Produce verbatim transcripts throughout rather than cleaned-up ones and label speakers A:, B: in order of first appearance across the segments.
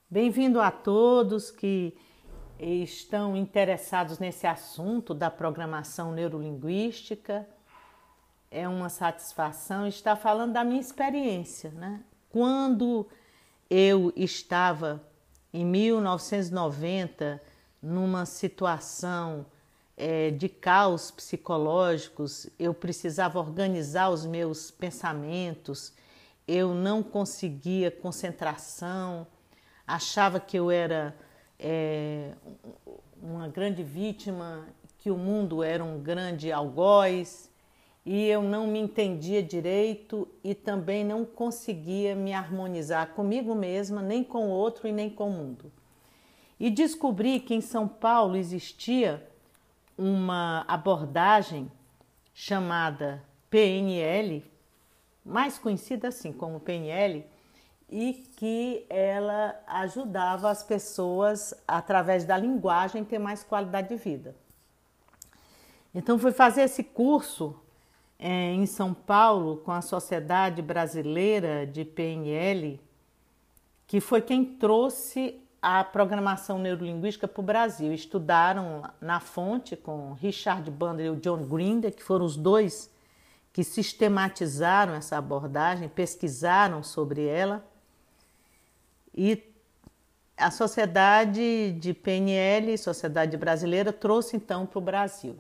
A: Bem-vindo a todos que estão interessados nesse assunto da programação neurolinguística. É uma satisfação estar falando da minha experiência, né? Quando eu estava em mil novecentos e noventa numa situação é, de caos psicológicos, eu precisava organizar os meus pensamentos, eu não conseguia concentração, achava que eu era é, uma grande vítima, que o mundo era um grande algoz, e eu não me entendia direito e também não conseguia me harmonizar comigo mesma, nem com o outro e nem com o mundo. E descobri que em São Paulo existia uma abordagem chamada P N L, mais conhecida assim como P N L, e que ela ajudava as pessoas, através da linguagem, a ter mais qualidade de vida. Então fui fazer esse curso é, em São Paulo com a Sociedade Brasileira de P N L, que foi quem trouxe a programação neurolinguística para o Brasil. Estudaram na fonte com Richard Bandler e o John Grinder, que foram os dois que sistematizaram essa abordagem, pesquisaram sobre ela. E a Sociedade de P N L, Sociedade Brasileira, trouxe então para o Brasil.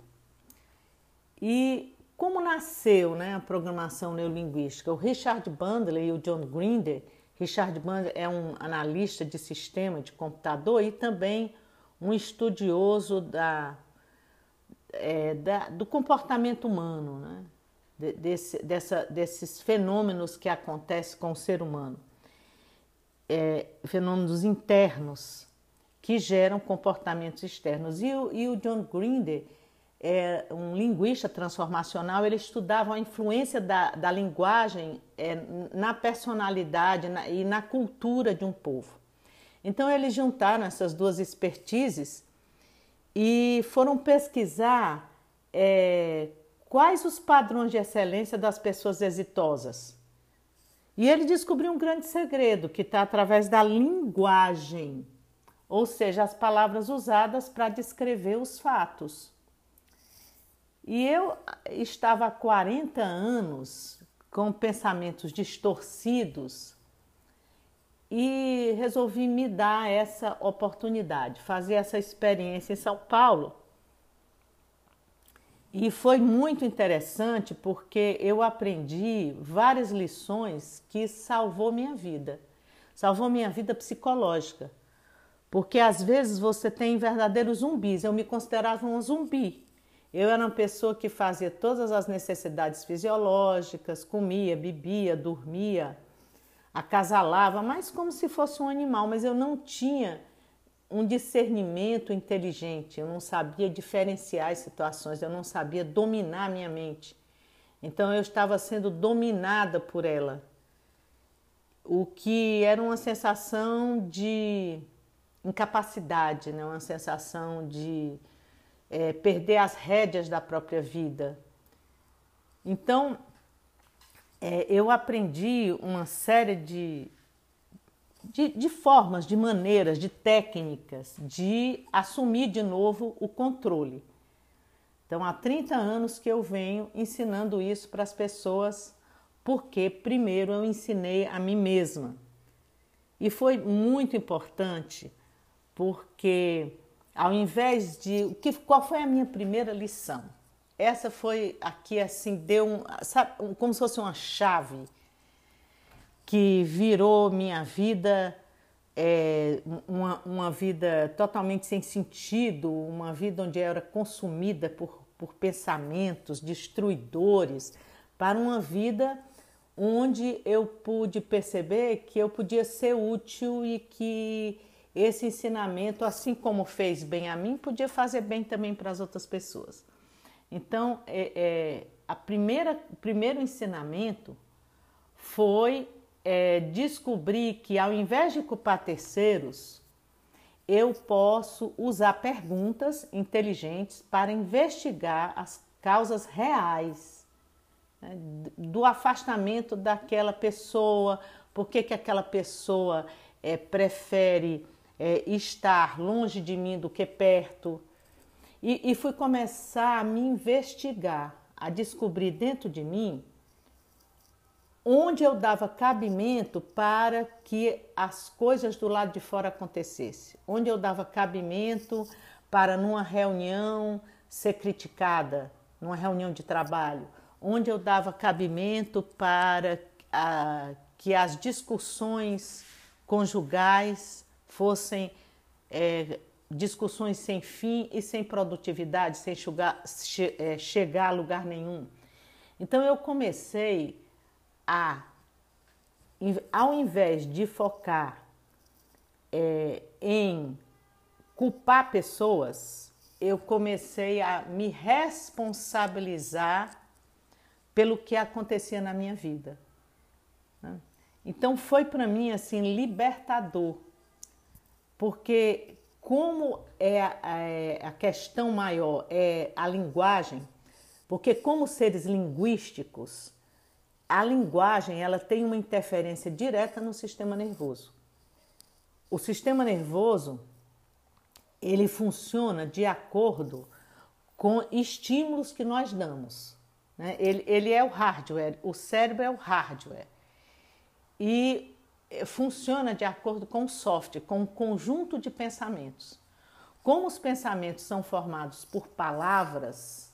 A: E como nasceu, né, a programação neurolinguística? O Richard Bandler e o John Grinder. Richard Bandler é um analista de sistema de computador e também um estudioso da, é, da, do comportamento humano, né? Desse, dessa, desses fenômenos que acontecem com o ser humano. É, fenômenos internos que geram comportamentos externos. E o, e o John Grinder é um linguista transformacional, ele estudava a influência da, da linguagem é, na personalidade na, e na cultura de um povo. Então eles juntaram essas duas expertises e foram pesquisar é, quais os padrões de excelência das pessoas exitosas. E ele descobriu um grande segredo, que está através da linguagem, ou seja, as palavras usadas para descrever os fatos. E eu estava há quarenta anos com pensamentos distorcidos e resolvi me dar essa oportunidade, fazer essa experiência em São Paulo. E foi muito interessante porque eu aprendi várias lições que salvou minha vida. Salvou minha vida psicológica. Porque às vezes você tem verdadeiros zumbis. Eu me considerava um zumbi. Eu era uma pessoa que fazia todas as necessidades fisiológicas, comia, bebia, dormia, acasalava, mas como se fosse um animal. Mas eu não tinha um discernimento inteligente, eu não sabia diferenciar as situações, eu não sabia dominar a minha mente. Então eu estava sendo dominada por ela, o que era uma sensação de incapacidade, né? Uma sensação de é, perder as rédeas da própria vida. Então é, eu aprendi uma série de De, de formas, de maneiras, de técnicas de assumir de novo o controle. Então, há trinta anos que eu venho ensinando isso para as pessoas, porque primeiro eu ensinei a mim mesma. E foi muito importante, porque ao invés de... Que, qual foi a minha primeira lição? Essa foi aqui, assim, deu um, sabe, como se fosse uma chave que virou minha vida, é, uma, uma vida totalmente sem sentido, uma vida onde eu era consumida por, por pensamentos destruidores, para uma vida onde eu pude perceber que eu podia ser útil e que esse ensinamento, assim como fez bem a mim, podia fazer bem também para as outras pessoas. Então, é, é, a primeira, o primeiro ensinamento foi É, descobrir que ao invés de culpar terceiros, eu posso usar perguntas inteligentes para investigar as causas reais, né, do afastamento daquela pessoa, por que que aquela pessoa é, prefere é, estar longe de mim do que perto. E, e fui começar a me investigar, a descobrir dentro de mim onde eu dava cabimento para que as coisas do lado de fora acontecessem, onde eu dava cabimento para numa reunião ser criticada, numa reunião de trabalho, onde eu dava cabimento para a, que as discussões conjugais fossem é, discussões sem fim e sem produtividade, sem chegar, che, é, chegar a lugar nenhum. Então eu comecei a, ao invés de focar é, em culpar pessoas, eu comecei a me responsabilizar pelo que acontecia na minha vida. Né? Então foi para mim assim libertador, porque como é a, é a questão maior é a linguagem, porque como seres linguísticos, a linguagem ela tem uma interferência direta no sistema nervoso. O sistema nervoso ele funciona de acordo com estímulos que nós damos. Né? Ele, ele é o hardware, o cérebro é o hardware. E funciona de acordo com o software, com um conjunto de pensamentos. Como os pensamentos são formados por palavras,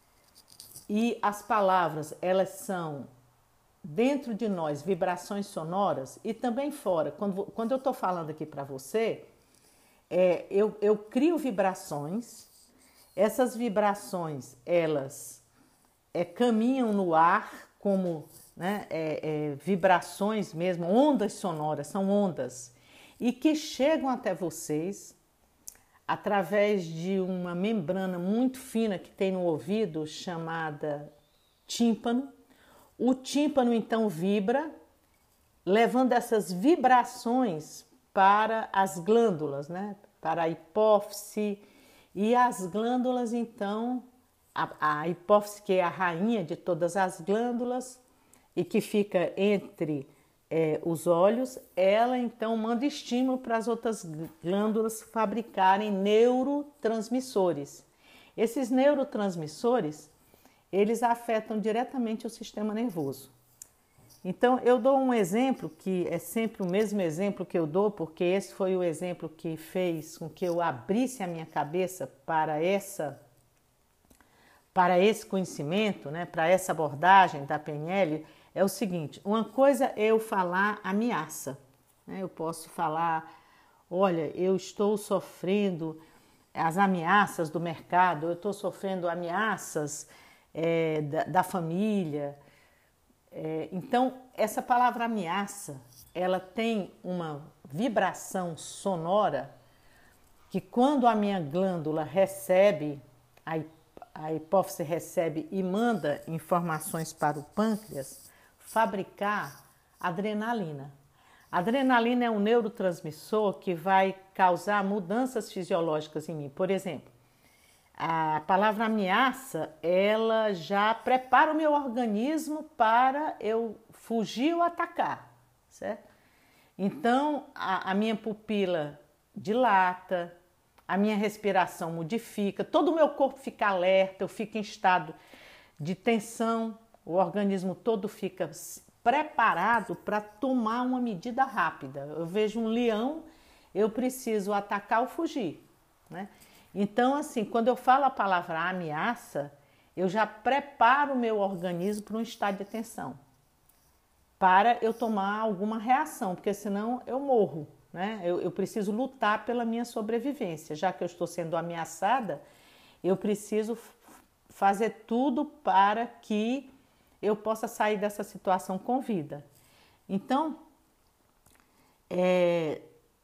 A: e as palavras elas são dentro de nós vibrações sonoras e também fora. Quando, quando eu estou falando aqui para você, é, eu, eu crio vibrações, essas vibrações elas é, caminham no ar como né, é, é, vibrações mesmo, ondas sonoras, são ondas, e que chegam até vocês através de uma membrana muito fina que tem no ouvido chamada tímpano. O tímpano então vibra, levando essas vibrações para as glândulas, né? Para a hipófise, e as glândulas então, a, a hipófise que é a rainha de todas as glândulas e que fica entre é, os olhos, ela então manda estímulo para as outras glândulas fabricarem neurotransmissores. Esses neurotransmissores eles afetam diretamente o sistema nervoso. Então, eu dou um exemplo que é sempre o mesmo exemplo que eu dou, porque esse foi o exemplo que fez com que eu abrisse a minha cabeça para essa, para esse conhecimento, né, para essa abordagem da P N L, é o seguinte: uma coisa é eu falar ameaça, né? Eu posso falar, olha, eu estou sofrendo as ameaças do mercado, eu estou sofrendo ameaças É, da, da família. É, então, essa palavra ameaça, ela tem uma vibração sonora que quando a minha glândula recebe, a, a hipófise recebe e manda informações para o pâncreas fabricar adrenalina. A adrenalina é um neurotransmissor que vai causar mudanças fisiológicas em mim. Por exemplo, a palavra ameaça, ela já prepara o meu organismo para eu fugir ou atacar, certo? Então, a, a minha pupila dilata, a minha respiração modifica, todo o meu corpo fica alerta, eu fico em estado de tensão, o organismo todo fica preparado para tomar uma medida rápida. Eu vejo um leão, eu preciso atacar ou fugir, né? Então, assim, quando eu falo a palavra ameaça, eu já preparo o meu organismo para um estado de tensão, para eu tomar alguma reação, porque senão eu morro, né? Eu, eu preciso lutar pela minha sobrevivência. Já que eu estou sendo ameaçada, eu preciso fazer tudo para que eu possa sair dessa situação com vida. Então, é,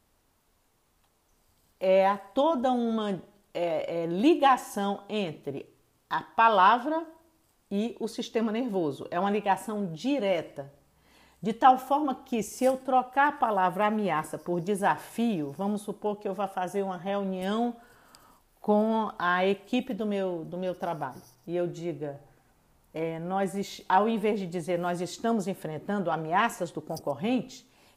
A: é a toda uma é, é, ligação entre a palavra e o sistema nervoso. É uma ligação direta. De tal forma que, se eu trocar a palavra ameaça por desafio, vamos supor que eu vá fazer uma reunião com a equipe do meu, do meu trabalho e eu diga, é, nós, ao invés de dizer nós estamos enfrentando ameaças do concorrente,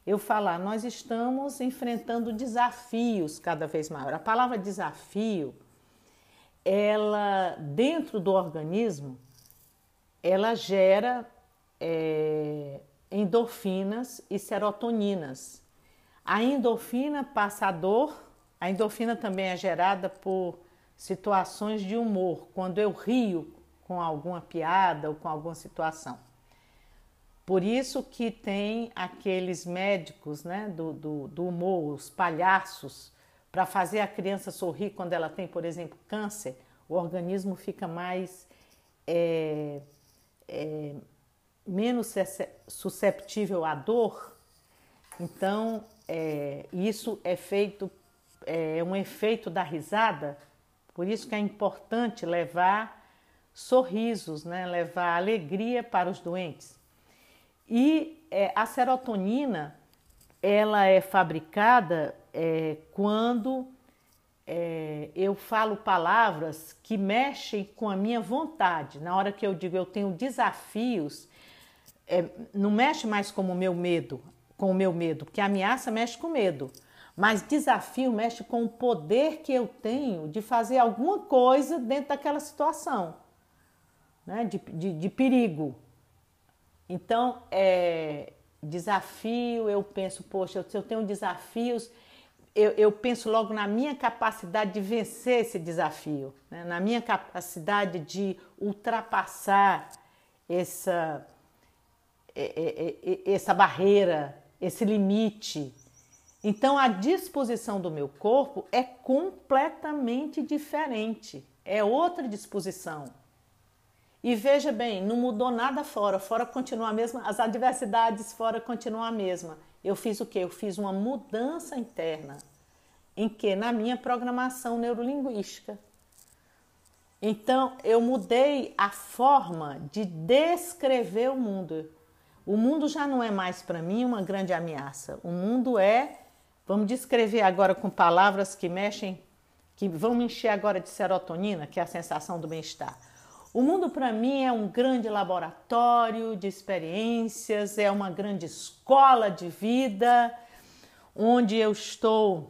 A: eu falar, nós estamos enfrentando desafios cada vez maiores. A palavra desafio, ela, dentro do organismo, ela gera é, endorfinas e serotoninas. A endorfina passa a dor, a endorfina também é gerada por situações de humor, quando eu rio com alguma piada ou com alguma situação. Por isso que tem aqueles médicos, né, do, do, do humor, os palhaços, para fazer a criança sorrir quando ela tem, por exemplo, câncer, o organismo fica mais é, é, menos susceptível à dor. Então, é, isso é feito, é um efeito da risada, por isso que é importante levar sorrisos, né, levar alegria para os doentes. E é, a serotonina, ela é fabricada é, quando é, eu falo palavras que mexem com a minha vontade. Na hora que eu digo eu tenho desafios, é, não mexe mais com o meu medo, com o meu medo, porque a ameaça mexe com medo. Mas desafio mexe com o poder que eu tenho de fazer alguma coisa dentro daquela situação, né, de, de, de perigo. Então, é, desafio, eu penso, poxa, se eu tenho desafios, eu, eu penso logo na minha capacidade de vencer esse desafio, né? Na minha capacidade de ultrapassar essa, essa barreira, esse limite. Então, a disposição do meu corpo é completamente diferente, é outra disposição. E veja bem, não mudou nada fora, fora continua a mesma, as adversidades fora continuam a mesma. Eu fiz o quê? Eu fiz uma mudança interna. Em que? Na minha programação neurolinguística. Então, eu mudei a forma de descrever o mundo. O mundo já não é mais para mim uma grande ameaça. O mundo é, vamos descrever agora com palavras que mexem, que vão me encher agora de serotonina, que é a sensação do bem-estar. O mundo para mim é um grande laboratório de experiências, é uma grande escola de vida, onde eu estou,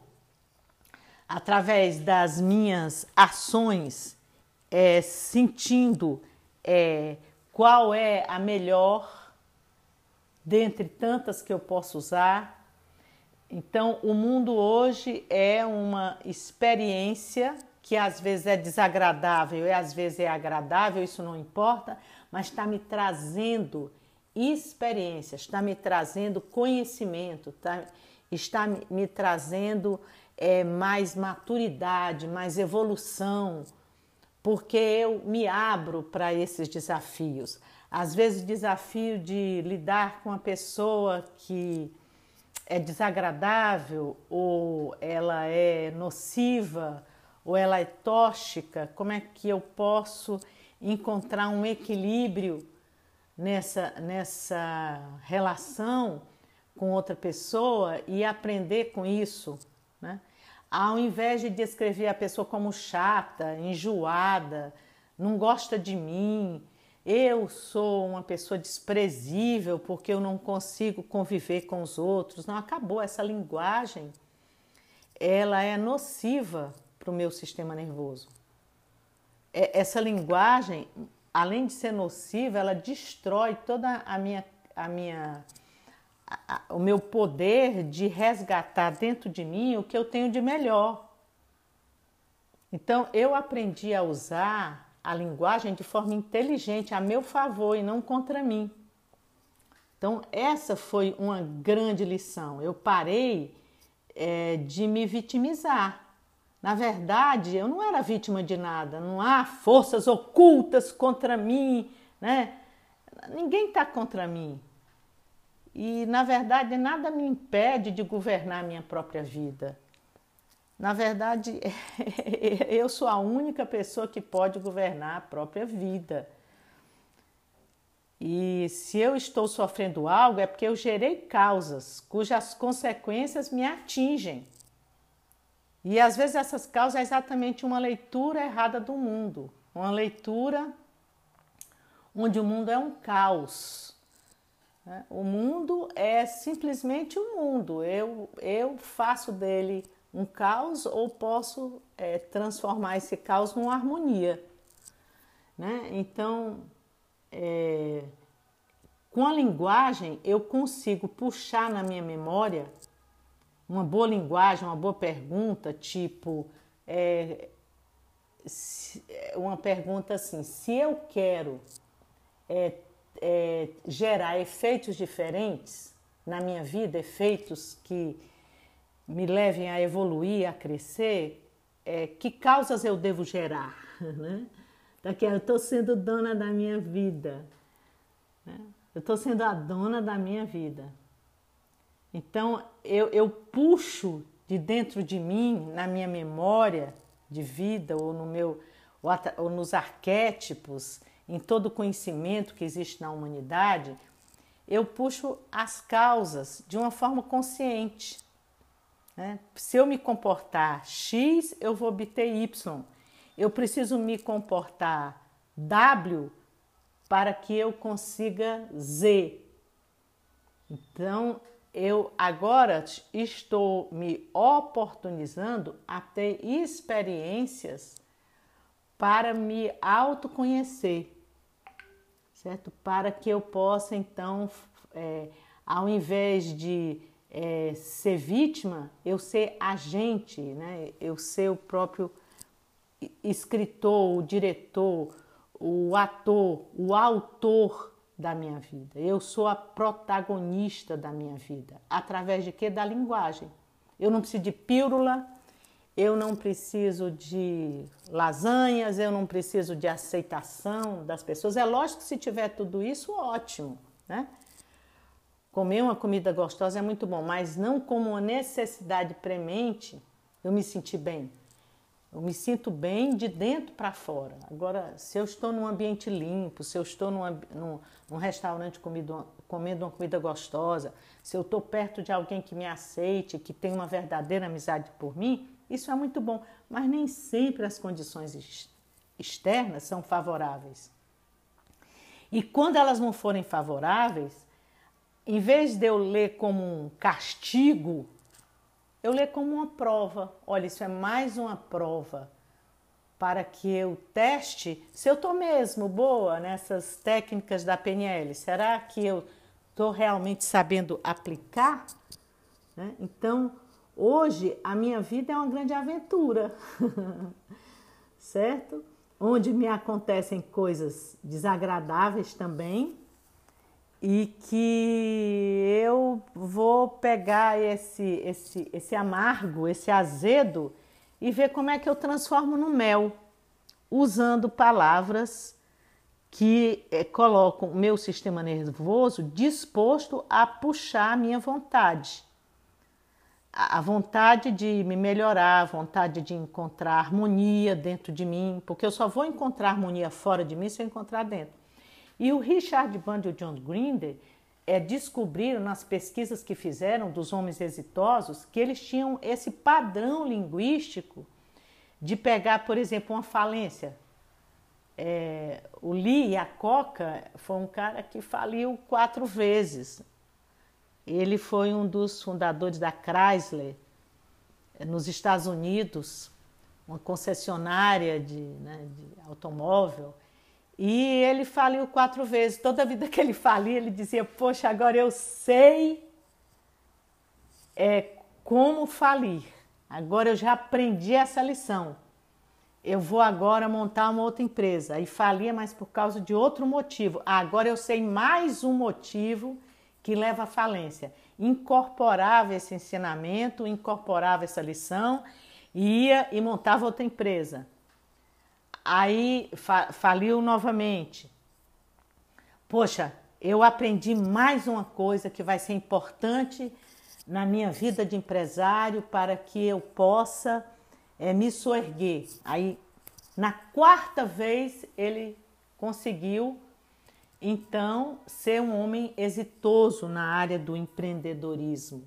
A: através das minhas ações, é, sentindo é, qual é a melhor dentre tantas que eu posso usar. Então, o mundo hoje é uma experiência que às vezes é desagradável e às vezes é agradável, isso não importa, mas está me trazendo experiências, está me trazendo conhecimento, tá, está me trazendo é, mais maturidade, mais evolução, porque eu me abro para esses desafios. Às vezes o desafio de lidar com uma pessoa que é desagradável ou ela é nociva, ou ela é tóxica, como é que eu posso encontrar um equilíbrio nessa, nessa relação com outra pessoa e aprender com isso, né? Ao invés de descrever a pessoa como chata, enjoada, não gosta de mim, eu sou uma pessoa desprezível porque eu não consigo conviver com os outros. Não, acabou. Essa linguagem, ela é nociva para o meu sistema nervoso. Essa linguagem, além de ser nociva, ela destrói toda a minha, a minha, a, a, o meu poder de resgatar dentro de mim o que eu tenho de melhor. Então, eu aprendi a usar a linguagem de forma inteligente, a meu favor e não contra mim. Então, essa foi uma grande lição. Eu parei é, de me vitimizar. Na verdade, eu não era vítima de nada, não há forças ocultas contra mim, né? Ninguém está contra mim. E, na verdade, nada me impede de governar a minha própria vida. Na verdade, eu sou a única pessoa que pode governar a própria vida. E se eu estou sofrendo algo, é porque eu gerei causas cujas consequências me atingem. E às vezes essas causas é exatamente uma leitura errada do mundo, uma leitura onde o mundo é um caos. né? O mundo é simplesmente o mundo. Eu, eu faço dele um caos ou posso é, transformar esse caos numa harmonia, né? Então, é, com a linguagem, eu consigo puxar na minha memória uma boa linguagem, uma boa pergunta, tipo, é, se, uma pergunta assim, se eu quero é, é, gerar efeitos diferentes na minha vida, efeitos que me levem a evoluir, a crescer, é, que causas eu devo gerar? Né? Daqui eu estou sendo dona da minha vida, né? Eu estou sendo a dona da minha vida. Então, eu, eu puxo de dentro de mim, na minha memória de vida, ou, no meu, ou, ou nos arquétipos, em todo o conhecimento que existe na humanidade, eu puxo as causas de uma forma consciente, né? Se eu me comportar X, eu vou obter Y. Eu preciso me comportar W para que eu consiga Z. Então, eu agora estou me oportunizando a ter experiências para me autoconhecer, certo? Para que eu possa, então, é, ao invés de é, ser vítima, eu ser agente, né? Eu ser o próprio escritor, o diretor, o ator, o autor da minha vida. Eu sou a protagonista da minha vida. Através de quê? Da linguagem. Eu não preciso de pílula, eu não preciso de lasanhas, eu não preciso de aceitação das pessoas. É lógico que se tiver tudo isso, ótimo, né? Comer uma comida gostosa é muito bom, mas não como uma necessidade premente eu me sentir bem. Eu me sinto bem de dentro para fora. Agora, se eu estou num ambiente limpo, se eu estou num, num, num restaurante comido, comendo uma comida gostosa, se eu estou perto de alguém que me aceite, que tem uma verdadeira amizade por mim, isso é muito bom. Mas nem sempre as condições externas são favoráveis. E quando elas não forem favoráveis, em vez de eu ler como um castigo, eu leio como uma prova. Olha, isso é mais uma prova para que eu teste se eu estou mesmo boa nessas técnicas da P N L. Será que eu estou realmente sabendo aplicar? Né? Então, hoje, a minha vida é uma grande aventura, certo? Onde me acontecem coisas desagradáveis também, e que eu vou pegar esse, esse, esse amargo, esse azedo e ver como é que eu transformo no mel, usando palavras que é, colocam o meu sistema nervoso disposto a puxar a minha vontade. A vontade de me melhorar, a vontade de encontrar harmonia dentro de mim, porque eu só vou encontrar harmonia fora de mim se eu encontrar dentro. E o Richard Band e o John Grinder é, descobriram nas pesquisas que fizeram dos homens exitosos que eles tinham esse padrão linguístico de pegar, por exemplo, uma falência. É, o Lee Iacocca foi um cara que faliu quatro vezes. Ele foi um dos fundadores da Chrysler nos Estados Unidos, uma concessionária de, né, de automóvel. E ele faliu quatro vezes. Toda vida que ele falia, ele dizia, poxa, agora eu sei é, como falir. Agora eu já aprendi essa lição. Eu vou agora montar uma outra empresa. Aí falia, mas por causa de outro motivo. Ah, agora eu sei mais um motivo que leva à falência. Incorporava esse ensinamento, incorporava essa lição, ia e montava outra empresa. Aí faliu novamente. Poxa, eu aprendi mais uma coisa que vai ser importante na minha vida de empresário para que eu possa é, me soerguer. Aí, na quarta vez, ele conseguiu, então, ser um homem exitoso na área do empreendedorismo.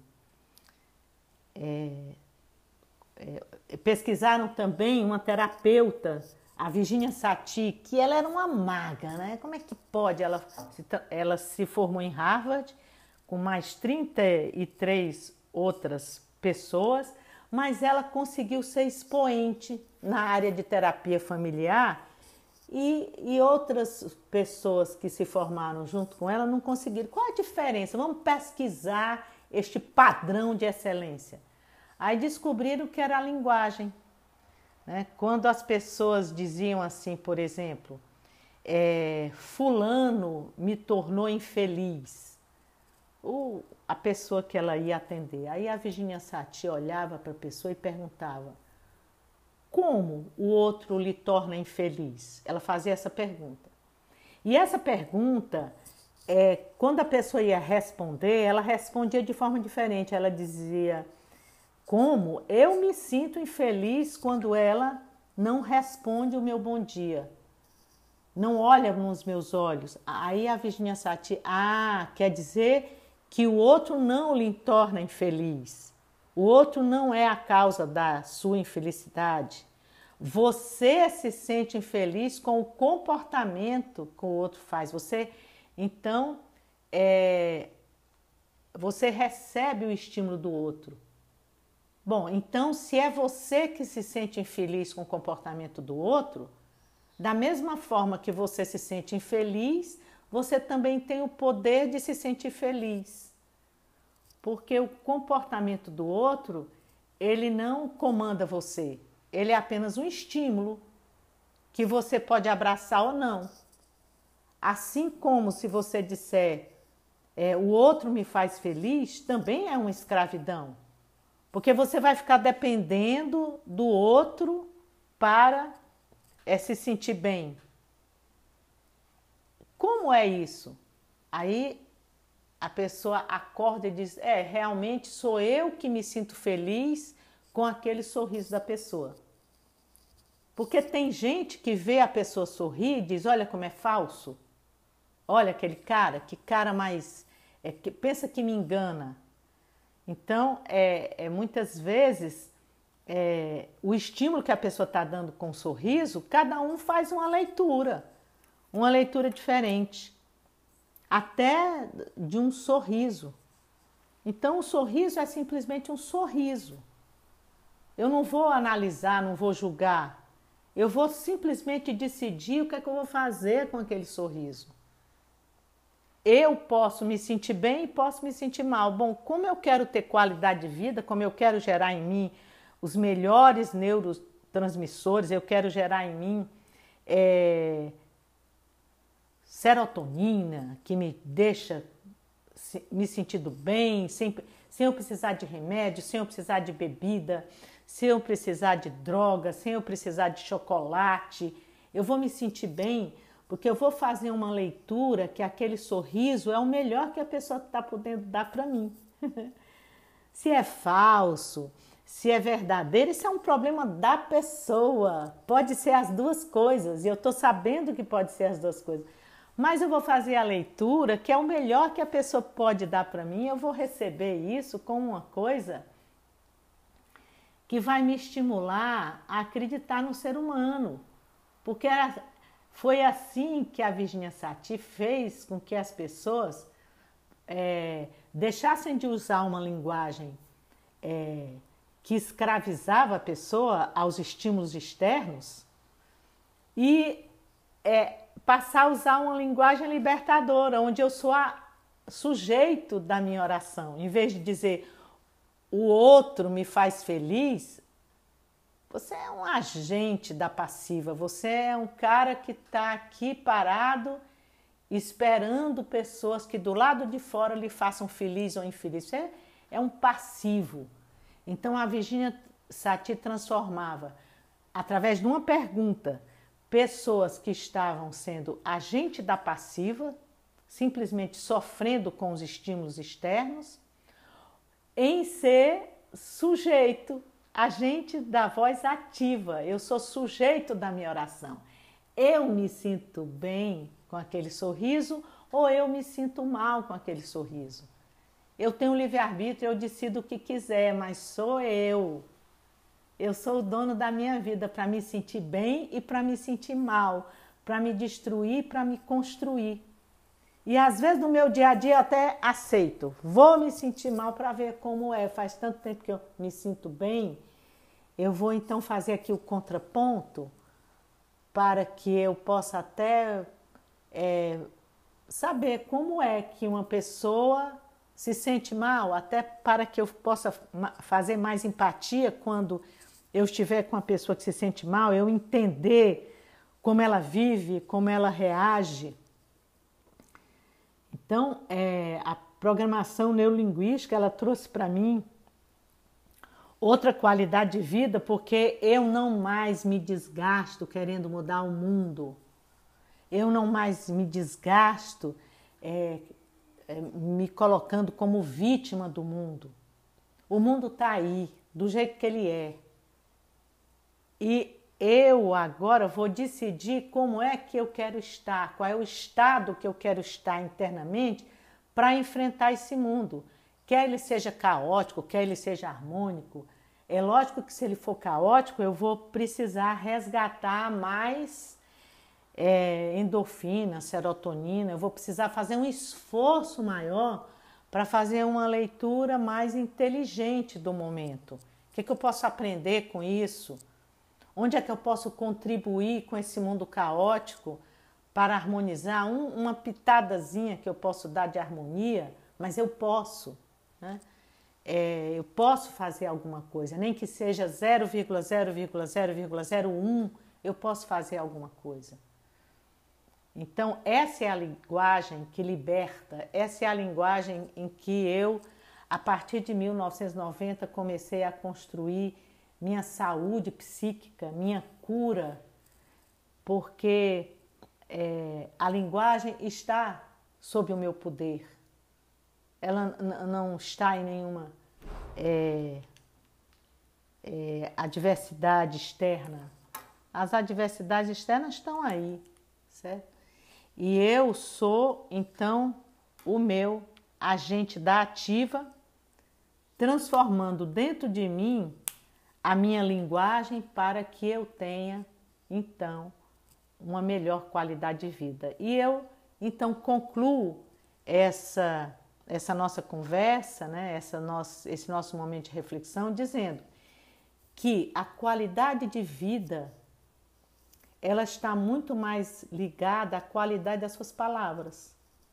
A: É, é, pesquisaram também uma terapeuta a Virginia Satir, que ela era uma maga, né? Como é que pode? Ela se, ela se formou em Harvard com mais trinta e três outras pessoas, mas ela conseguiu ser expoente na área de terapia familiar e, e outras pessoas que se formaram junto com ela não conseguiram. Qual a diferença? Vamos pesquisar este padrão de excelência. Aí descobriram que era a linguagem. Né? Quando as pessoas diziam assim, por exemplo, é, fulano me tornou infeliz, o, a pessoa que ela ia atender. Aí a Virginia Satir olhava para a pessoa e perguntava, como o outro lhe torna infeliz? Ela fazia essa pergunta. E essa pergunta, é, quando a pessoa ia responder, ela respondia de forma diferente. Ela dizia, como eu me sinto infeliz quando ela não responde o meu bom dia, não olha nos meus olhos. Aí a Virginia Satir, ah, quer dizer que o outro não lhe torna infeliz. O outro não é a causa da sua infelicidade. Você se sente infeliz com o comportamento que o outro faz. Você, então, é, você recebe o estímulo do outro. Bom, então, se é você que se sente infeliz com o comportamento do outro, da mesma forma que você se sente infeliz, você também tem o poder de se sentir feliz. Porque o comportamento do outro, ele não comanda você. Ele é apenas um estímulo que você pode abraçar ou não. Assim como se você disser, é, o outro me faz feliz, também é uma escravidão. Porque você vai ficar dependendo do outro para é, se sentir bem. Como é isso? Aí a pessoa acorda e diz, é, realmente sou eu que me sinto feliz com aquele sorriso da pessoa. Porque tem gente que vê a pessoa sorrir e diz, olha como é falso. Olha aquele cara, que cara mais... É, que pensa que me engana. Então, é, é, muitas vezes, é, o estímulo que a pessoa está dando com o sorriso, cada um faz uma leitura, uma leitura diferente, até de um sorriso. Então, o sorriso é simplesmente um sorriso. Eu não vou analisar, não vou julgar, eu vou simplesmente decidir o que é que eu vou fazer com aquele sorriso. Eu posso me sentir bem e posso me sentir mal. Bom, como eu quero ter qualidade de vida, como eu quero gerar em mim os melhores neurotransmissores, eu quero gerar em mim é, serotonina, que me deixa me sentindo bem, sem, sem eu precisar de remédio, sem eu precisar de bebida, sem eu precisar de droga, sem eu precisar de chocolate. Eu vou me sentir bem porque eu vou fazer uma leitura que aquele sorriso é o melhor que a pessoa está podendo dar para mim. Se é falso, se é verdadeiro, isso é um problema da pessoa. Pode ser as duas coisas, e eu estou sabendo que pode ser as duas coisas. Mas eu vou fazer a leitura que é o melhor que a pessoa pode dar para mim, eu vou receber isso como uma coisa que vai me estimular a acreditar no ser humano. Porque foi assim que a Virginia Satir fez com que as pessoas é, deixassem de usar uma linguagem é, que escravizava a pessoa aos estímulos externos e é, passar a usar uma linguagem libertadora, onde eu sou a, sujeito da minha oração. Em vez de dizer o outro me faz feliz, você é um agente da passiva, você é um cara que está aqui parado esperando pessoas que do lado de fora lhe façam feliz ou infeliz. Você é, é um passivo. Então a Virginia Satir transformava, através de uma pergunta, pessoas que estavam sendo agente da passiva, simplesmente sofrendo com os estímulos externos, em ser sujeito, agente da voz ativa. Eu sou sujeito da minha oração. Eu me sinto bem com aquele sorriso ou eu me sinto mal com aquele sorriso. Eu tenho livre-arbítrio, eu decido o que quiser, mas sou eu. Eu sou o dono da minha vida para me sentir bem e para me sentir mal, para me destruir, para me construir. E às vezes no meu dia a dia eu até aceito. Vou me sentir mal para ver como é. Faz tanto tempo que eu me sinto bem. Eu vou então fazer aqui o contraponto para que eu possa até é, saber como é que uma pessoa se sente mal, até para que eu possa fazer mais empatia quando eu estiver com uma pessoa que se sente mal, eu entender como ela vive, como ela reage. Então, é, a programação neurolinguística, ela trouxe para mim outra qualidade de vida, porque eu não mais me desgasto querendo mudar o mundo. Eu não mais me desgasto é, é, me colocando como vítima do mundo. O mundo está aí, do jeito que ele é. E eu agora vou decidir como é que eu quero estar, qual é o estado que eu quero estar internamente para enfrentar esse mundo. Quer ele seja caótico, quer ele seja harmônico. É lógico que se ele for caótico, eu vou precisar resgatar mais é, endorfina, serotonina, eu vou precisar fazer um esforço maior para fazer uma leitura mais inteligente do momento. O que, que eu posso aprender com isso? Onde é que eu posso contribuir com esse mundo caótico para harmonizar? Um, uma pitadazinha que eu posso dar de harmonia, mas eu posso, né? É, eu posso fazer alguma coisa, nem que seja zero vírgula zero vírgula zero vírgula zero um, eu posso fazer alguma coisa. Então, essa é a linguagem que liberta, essa é a linguagem em que eu, a partir de mil novecentos e noventa, comecei a construir minha saúde psíquica, minha cura, porque é, a linguagem está sob o meu poder. Ela não está em nenhuma é, é, adversidade externa. As adversidades externas estão aí, certo? E eu sou, então, o meu agente da ativa, transformando dentro de mim a minha linguagem para que eu tenha, então, uma melhor qualidade de vida. E eu, então, concluo essa, essa nossa conversa, né, essa nosso, esse nosso momento de reflexão, dizendo que a qualidade de vida, ela está muito mais ligada à qualidade das suas palavras.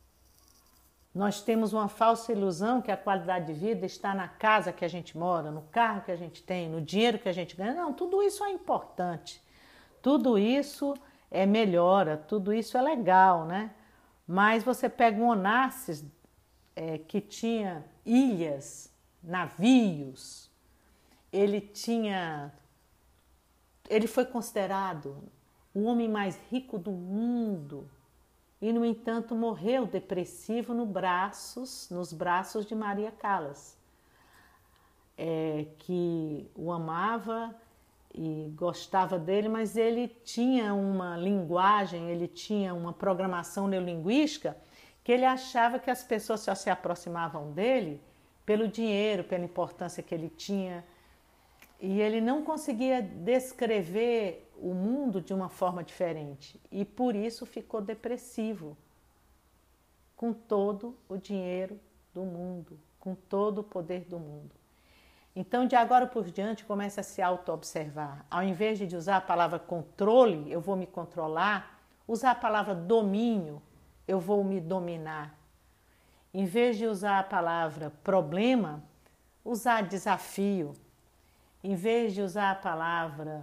A: Nós temos uma falsa ilusão que a qualidade de vida está na casa que a gente mora, no carro que a gente tem, no dinheiro que a gente ganha. Não, tudo isso é importante. Tudo isso é melhora, tudo isso é legal, né? Mas você pega um Onassis é, que tinha ilhas, navios, ele tinha... Ele foi considerado o homem mais rico do mundo. E, no entanto, morreu depressivo no braços, nos braços de Maria Callas, é, que o amava e gostava dele, mas ele tinha uma linguagem, ele tinha uma programação neurolinguística que ele achava que as pessoas só se aproximavam dele pelo dinheiro, pela importância que ele tinha. E ele não conseguia descrever o mundo de uma forma diferente e por isso ficou depressivo, com todo o dinheiro do mundo, com todo o poder do mundo. Então, de agora por diante, comece a se auto-observar. Ao invés de usar a palavra controle, eu vou me controlar, usar a palavra domínio, eu vou me dominar. Em vez de usar a palavra problema, usar desafio. Em vez de usar a palavra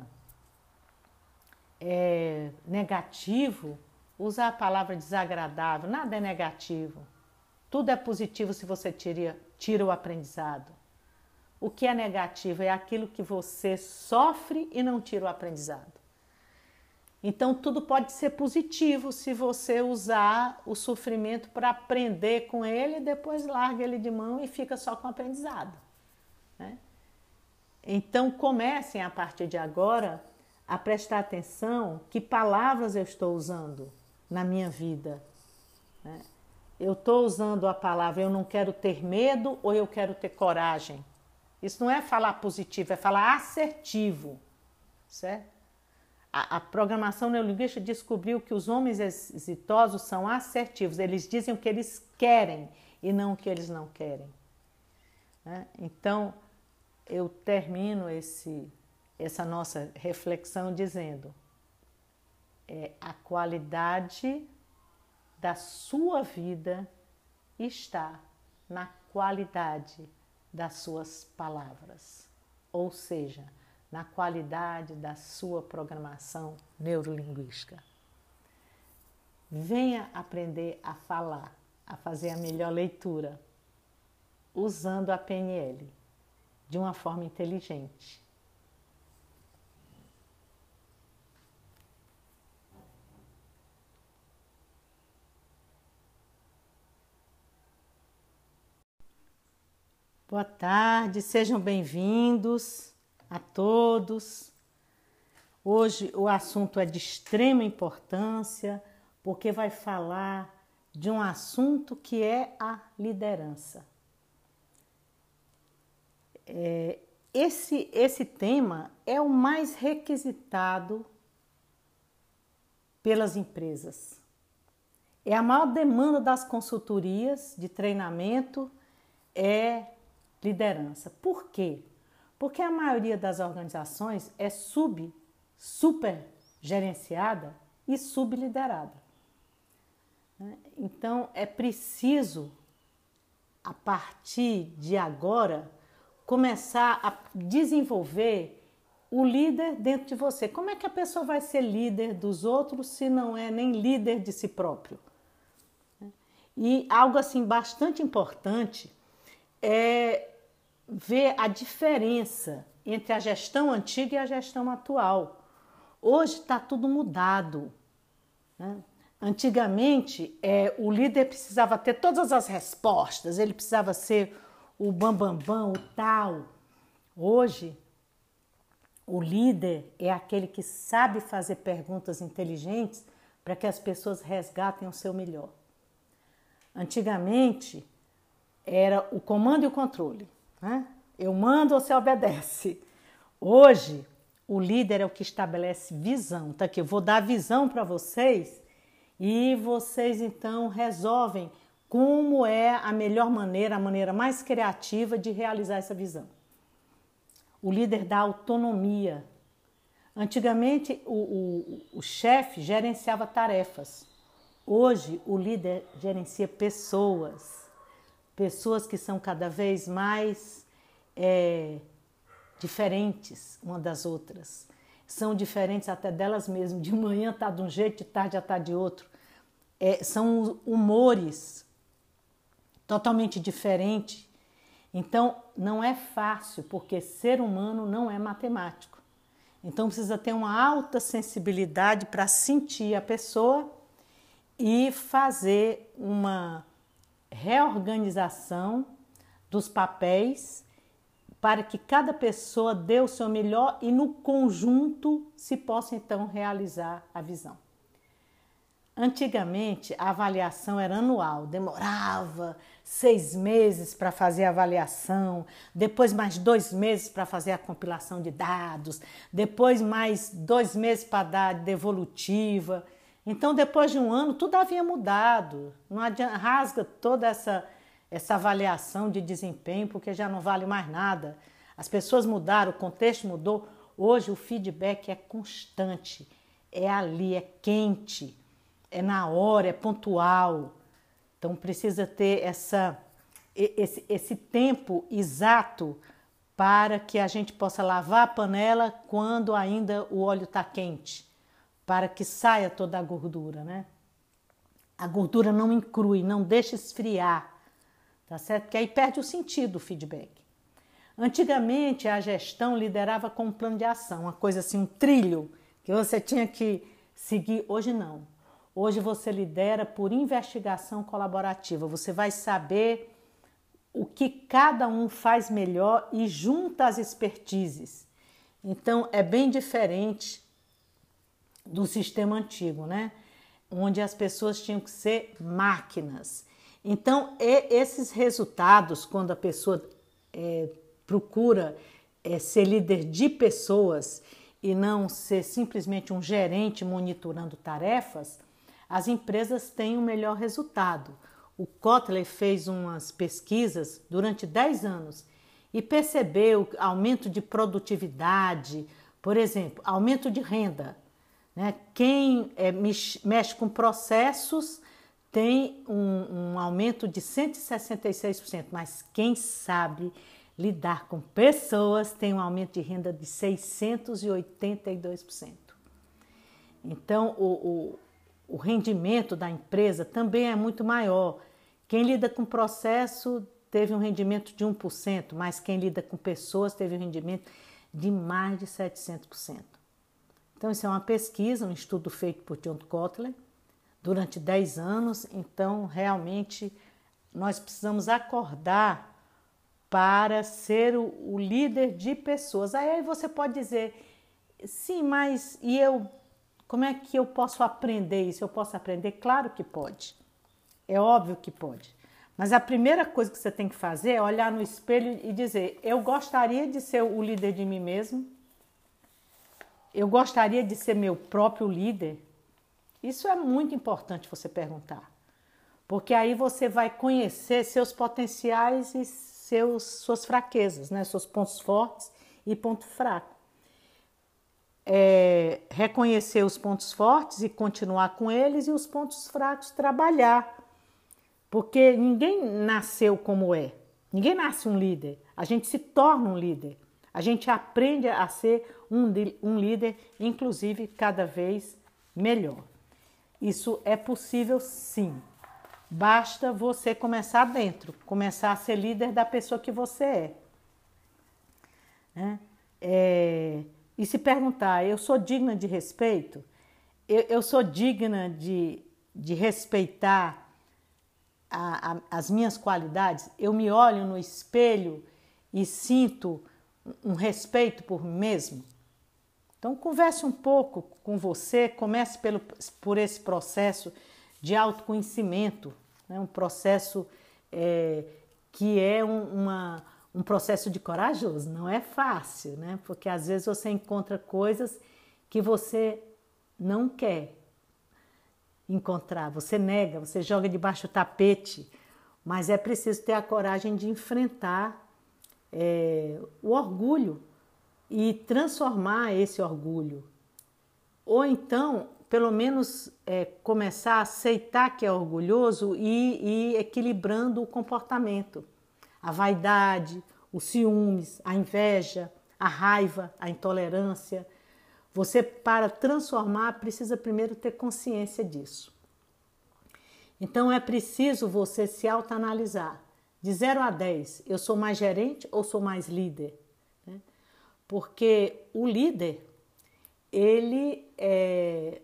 A: É, negativo, usar a palavra desagradável. Nada é negativo. Tudo é positivo se você tira, tira o aprendizado. O que é negativo é aquilo que você sofre e não tira o aprendizado. Então, tudo pode ser positivo se você usar o sofrimento para aprender com ele e depois larga ele de mão e fica só com o aprendizado, né? Então, comecem a partir de agora a prestar atenção que palavras eu estou usando na minha vida, né? Eu estou usando a palavra eu não quero ter medo ou eu quero ter coragem? Isso não é falar positivo, é falar assertivo, certo? A, a programação neurolinguística descobriu que os homens exitosos são assertivos. Eles dizem o que eles querem e não o que eles não querem, né? Então, eu termino esse, essa nossa reflexão dizendo: é, a qualidade da sua vida está na qualidade das suas palavras, ou seja, na qualidade da sua programação neurolinguística. Venha aprender a falar, a fazer a melhor leitura, usando a P N L de uma forma inteligente. Boa tarde, sejam bem-vindos a todos. Hoje o assunto é de extrema importância, porque vai falar de um assunto que é a liderança. É, esse, esse tema é o mais requisitado pelas empresas. É a maior demanda das consultorias de treinamento, é liderança. Por quê? Porque a maioria das organizações é sub, super gerenciada e subliderada. Então, é preciso, a partir de agora, começar a desenvolver o líder dentro de você. Como é que a pessoa vai ser líder dos outros se não é nem líder de si próprio? E algo assim bastante importante é ver a diferença entre a gestão antiga e a gestão atual. Hoje está tudo mudado, né? Antigamente, é, o líder precisava ter todas as respostas, ele precisava ser o bambambam, bam, bam, o tal. Hoje, o líder é aquele que sabe fazer perguntas inteligentes para que as pessoas resgatem o seu melhor. Antigamente, era o comando e o controle, né? Eu mando, você obedece. Hoje, o líder é o que estabelece visão. Tá aqui, eu vou dar visão para vocês e vocês então resolvem como é a melhor maneira, a maneira mais criativa de realizar essa visão. O líder dá autonomia. Antigamente, o, o, o chefe gerenciava tarefas. Hoje, o líder gerencia pessoas. Pessoas que são cada vez mais é, diferentes uma das outras. São diferentes até delas mesmas. De manhã está de um jeito, de tarde já está de outro. É, são humores totalmente diferentes. Então, não é fácil, porque ser humano não é matemático. Então, precisa ter uma alta sensibilidade para sentir a pessoa e fazer uma reorganização dos papéis para que cada pessoa dê o seu melhor e no conjunto se possa então realizar a visão. Antigamente a avaliação era anual, demorava seis meses para fazer a avaliação, depois mais dois meses para fazer a compilação de dados, depois mais dois meses para dar devolutiva. Então, depois de um ano, tudo havia mudado. Não adianta, rasga toda essa, essa avaliação de desempenho, porque já não vale mais nada. As pessoas mudaram, o contexto mudou. Hoje o feedback é constante, é ali, é quente, é na hora, é pontual. Então, precisa ter essa, esse, esse tempo exato para que a gente possa lavar a panela quando ainda o óleo está quente, para que saia toda a gordura, né? A gordura não incrui, não deixa esfriar, tá certo? Porque aí perde o sentido do feedback. Antigamente, a gestão liderava com um plano de ação, uma coisa assim, um trilho, que você tinha que seguir. Hoje não. Hoje você lidera por investigação colaborativa. Você vai saber o que cada um faz melhor e junta as expertises. Então, é bem diferente do sistema antigo, né? Onde as pessoas tinham que ser máquinas. Então, esses resultados, quando a pessoa é, procura é, ser líder de pessoas e não ser simplesmente um gerente monitorando tarefas, as empresas têm um melhor resultado. O Kotler fez umas pesquisas durante dez anos e percebeu aumento de produtividade, por exemplo, aumento de renda. Né? Quem é, mexe com processos tem um, um aumento de cento e sessenta e seis por cento, mas quem sabe lidar com pessoas tem um aumento de renda de seiscentos e oitenta e dois por cento. Então, o, o, o rendimento da empresa também é muito maior. Quem lida com processo teve um rendimento de um por cento, mas quem lida com pessoas teve um rendimento de mais de setecentos por cento. Então, isso é uma pesquisa, um estudo feito por John Kotler durante dez anos. Então, realmente, nós precisamos acordar para ser o, o líder de pessoas. Aí você pode dizer, sim, mas e eu, como é que eu posso aprender isso? Eu posso aprender? Claro que pode. É óbvio que pode. Mas a primeira coisa que você tem que fazer é olhar no espelho e dizer, eu gostaria de ser o líder de mim mesmo? Eu gostaria de ser meu próprio líder? Isso é muito importante você perguntar. Porque aí você vai conhecer seus potenciais e seus, suas fraquezas, né? Seus pontos fortes e ponto fraco. É, reconhecer os pontos fortes e continuar com eles e os pontos fracos trabalhar. Porque ninguém nasceu como é. Ninguém nasce um líder. A gente se torna um líder. A gente aprende a ser um, um líder, inclusive cada vez melhor. Isso é possível sim. Basta você começar dentro, começar a ser líder da pessoa que você é. Né? É, e se perguntar, eu sou digna de respeito? Eu, eu sou digna de, de respeitar a, a, as minhas qualidades? Eu me olho no espelho e sinto um respeito por mim mesmo? Então, converse um pouco com você, comece pelo, por esse processo de autoconhecimento, né? Um processo é, que é um, uma, um processo de corajoso, não é fácil, né? Porque às vezes você encontra coisas que você não quer encontrar, você nega, você joga debaixo do tapete, mas é preciso ter a coragem de enfrentar é, o orgulho e transformar esse orgulho. Ou então, pelo menos, é, começar a aceitar que é orgulhoso e ir equilibrando o comportamento. A vaidade, os ciúmes, a inveja, a raiva, a intolerância. Você, para transformar, precisa primeiro ter consciência disso. Então, é preciso você se autoanalisar. De zero a dez, eu sou mais gerente ou sou mais líder? Porque o líder, ele é,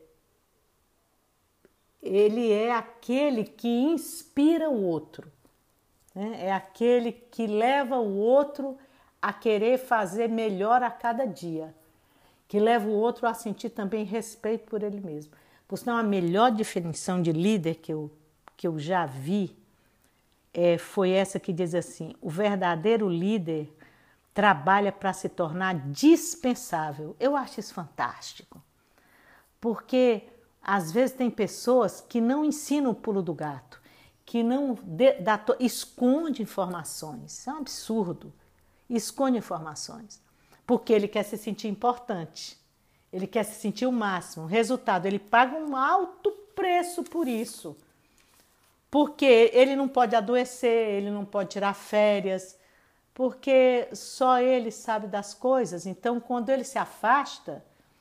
A: ele é aquele que inspira o outro, né? É aquele que leva o outro a querer fazer melhor a cada dia, que leva o outro a sentir também respeito por ele mesmo. Por sinal, a melhor definição de líder que eu, que eu já vi é, foi essa que diz assim, o verdadeiro líder trabalha para se tornar dispensável. Eu acho isso fantástico, porque às vezes tem pessoas que não ensinam o pulo do gato, que não de, dá, esconde informações. Isso é um absurdo. Esconde informações, porque ele quer se sentir importante, ele quer se sentir o máximo. Resultado, ele paga um alto preço por isso, porque ele não pode adoecer, ele não pode tirar férias, porque só ele sabe das coisas. Então, quando ele se afasta,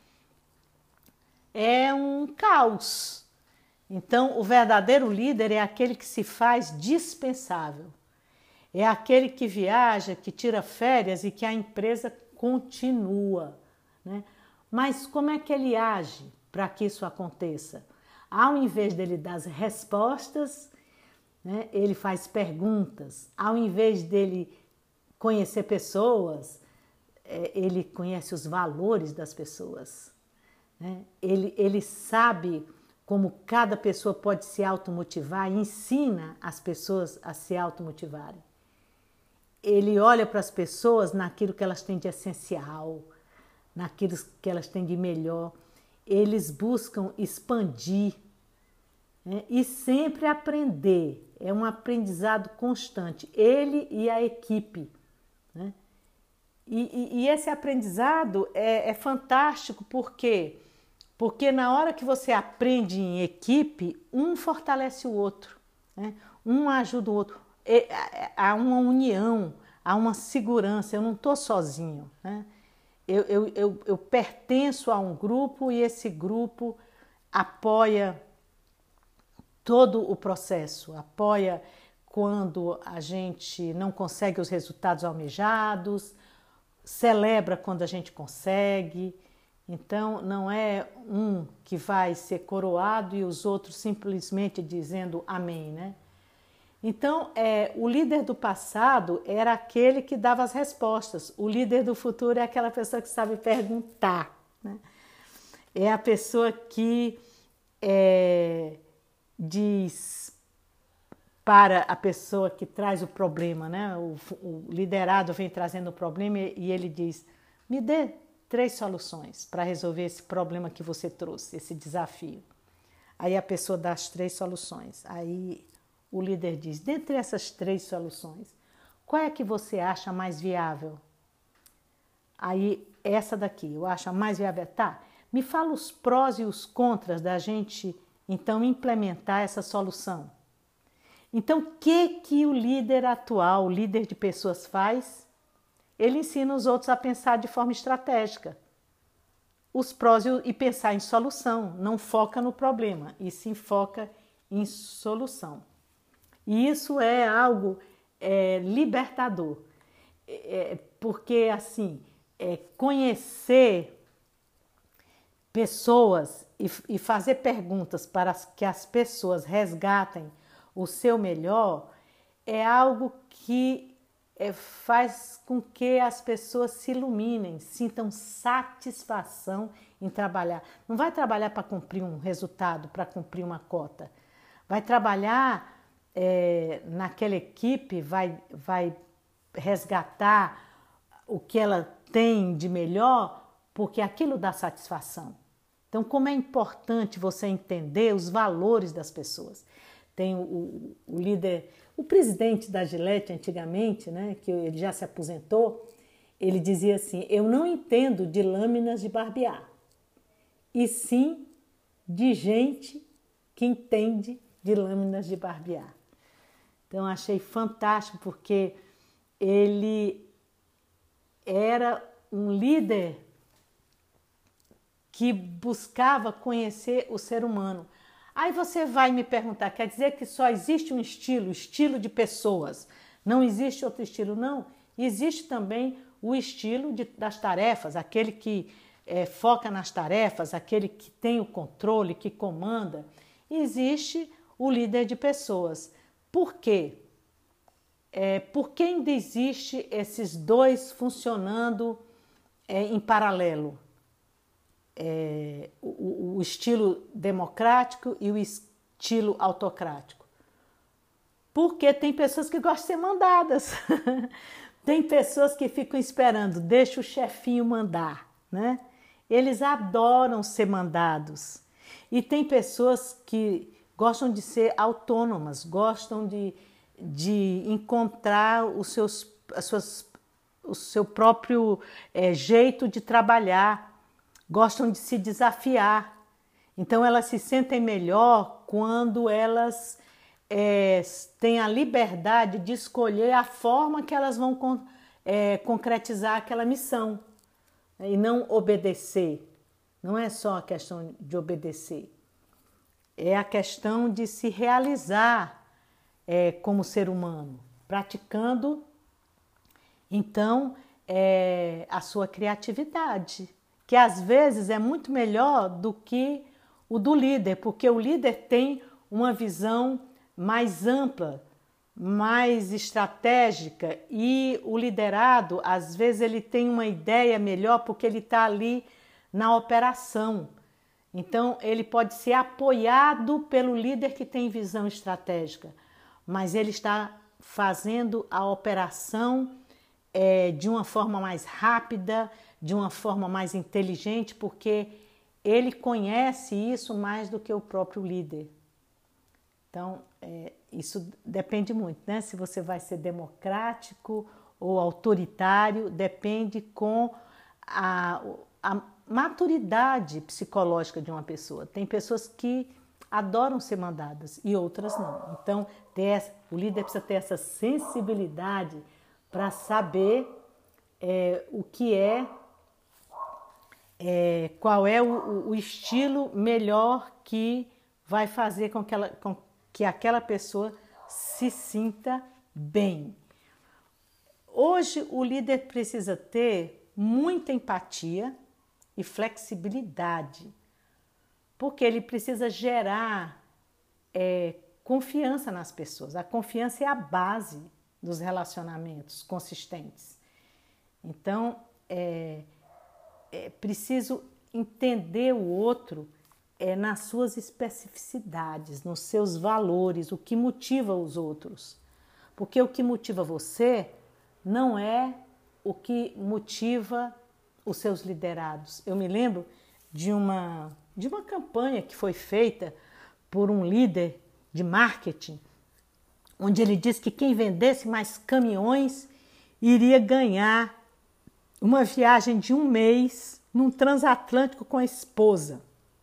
A: é um caos. Então, o verdadeiro líder é aquele que se faz dispensável. É aquele que viaja, que tira férias e que a empresa continua, né? Mas como é que ele age para que isso aconteça? Ao invés dele dar as respostas, né, ele faz perguntas. Ao invés dele conhecer pessoas, ele conhece os valores das pessoas, né? Ele, ele sabe como cada pessoa pode se automotivar e ensina as pessoas a se automotivarem. ele olha para as pessoas naquilo que elas têm de essencial, naquilo que elas têm de melhor. Eles buscam expandir, né? E sempre aprender. É um aprendizado constante, ele e a equipe, né? E, e, e esse aprendizado é, é fantástico, por quê? Porque na hora que você aprende em equipe, um fortalece o outro, né? Um ajuda o outro. É, há uma união, há uma segurança, eu não estou sozinho, né? Eu, eu, eu, eu pertenço a um grupo e esse grupo apoia todo o processo, apoia quando a gente não consegue os resultados almejados, celebra quando a gente consegue. Então, não é um que vai ser coroado e os outros simplesmente dizendo amém, né? Então, é, o líder do passado era aquele que dava as respostas. O líder do futuro é aquela pessoa que sabe perguntar, né? É a pessoa que é, diz para a pessoa que traz o problema, né? O, o liderado vem trazendo o problema e ele diz: me dê três soluções para resolver esse problema que você trouxe, esse desafio. Aí a pessoa dá as três soluções. Aí o líder diz: dentre essas três soluções, qual é que você acha mais viável? Aí essa daqui, eu acho a mais viável. Tá, me fala os prós e os contras da gente então implementar essa solução. Então, o que que o líder atual, o líder de pessoas faz? Ele ensina os outros a pensar de forma estratégica. Os prós e pensar em solução. Não foca no problema, e sim foca em solução. E isso é algo é, libertador. É, porque, assim, é, conhecer pessoas e, e fazer perguntas para que as pessoas resgatem o seu melhor é algo que é, faz com que as pessoas se iluminem, sintam satisfação em trabalhar. Não vai trabalhar para cumprir um resultado, para cumprir uma cota. Vai trabalhar é, naquela equipe, vai, vai resgatar o que ela tem de melhor, porque aquilo dá satisfação. Então, como é importante você entender os valores das pessoas. Tem o, o, o líder, o presidente da Gillette antigamente, né, que ele já se aposentou, ele dizia assim: eu não entendo de lâminas de barbear, e sim de gente que entende de lâminas de barbear. Então, achei fantástico, porque ele era um líder que buscava conhecer o ser humano. Aí você vai me perguntar, quer dizer que só existe um estilo, estilo de pessoas, não existe outro estilo? Não, existe também o estilo de, das tarefas, aquele que é, foca nas tarefas, aquele que tem o controle, que comanda. Existe o líder de pessoas. Por quê? É, porque ainda existe esses dois funcionando é, em paralelo. É, o, o estilo democrático e o estilo autocrático. Porque tem pessoas que gostam de ser mandadas. Tem pessoas que ficam esperando, deixa o chefinho mandar, né? Eles adoram ser mandados. E tem pessoas que gostam de ser autônomas, gostam de, de encontrar os seus, as suas, o seu próprio é, jeito de trabalhar. Gostam de se desafiar. Então, elas se sentem melhor quando elas é, têm a liberdade de escolher a forma que elas vão con é, concretizar aquela missão, né? E não obedecer. Não é só a questão de obedecer. É a questão de se realizar é, como ser humano, praticando, então, é, a sua criatividade, que às vezes é muito melhor do que o do líder, porque o líder tem uma visão mais ampla, mais estratégica, e o liderado, às vezes, ele tem uma ideia melhor porque ele está ali na operação. Então, ele pode ser apoiado pelo líder que tem visão estratégica, mas ele está fazendo a operação é, de uma forma mais rápida, de uma forma mais inteligente, porque ele conhece isso mais do que o próprio líder. Então, é, isso depende muito, né? Se você vai ser democrático ou autoritário, depende com a, a maturidade psicológica de uma pessoa. Tem pessoas que adoram ser mandadas e outras não. Então, ter, o líder precisa ter essa sensibilidade para saber é, o que é, é qual é o, o estilo melhor que vai fazer com que, ela, com que aquela pessoa se sinta bem. Hoje, o líder precisa ter muita empatia e flexibilidade, porque ele precisa gerar é, confiança nas pessoas. A confiança é a base dos relacionamentos consistentes. Então, é, é preciso entender o outro é, nas suas especificidades, nos seus valores, o que motiva os outros. Porque o que motiva você não é o que motiva os seus liderados. Eu me lembro de uma, de uma campanha que foi feita por um líder de marketing, onde ele disse que quem vendesse mais caminhões iria ganhar uma viagem de um mês num transatlântico com a esposa.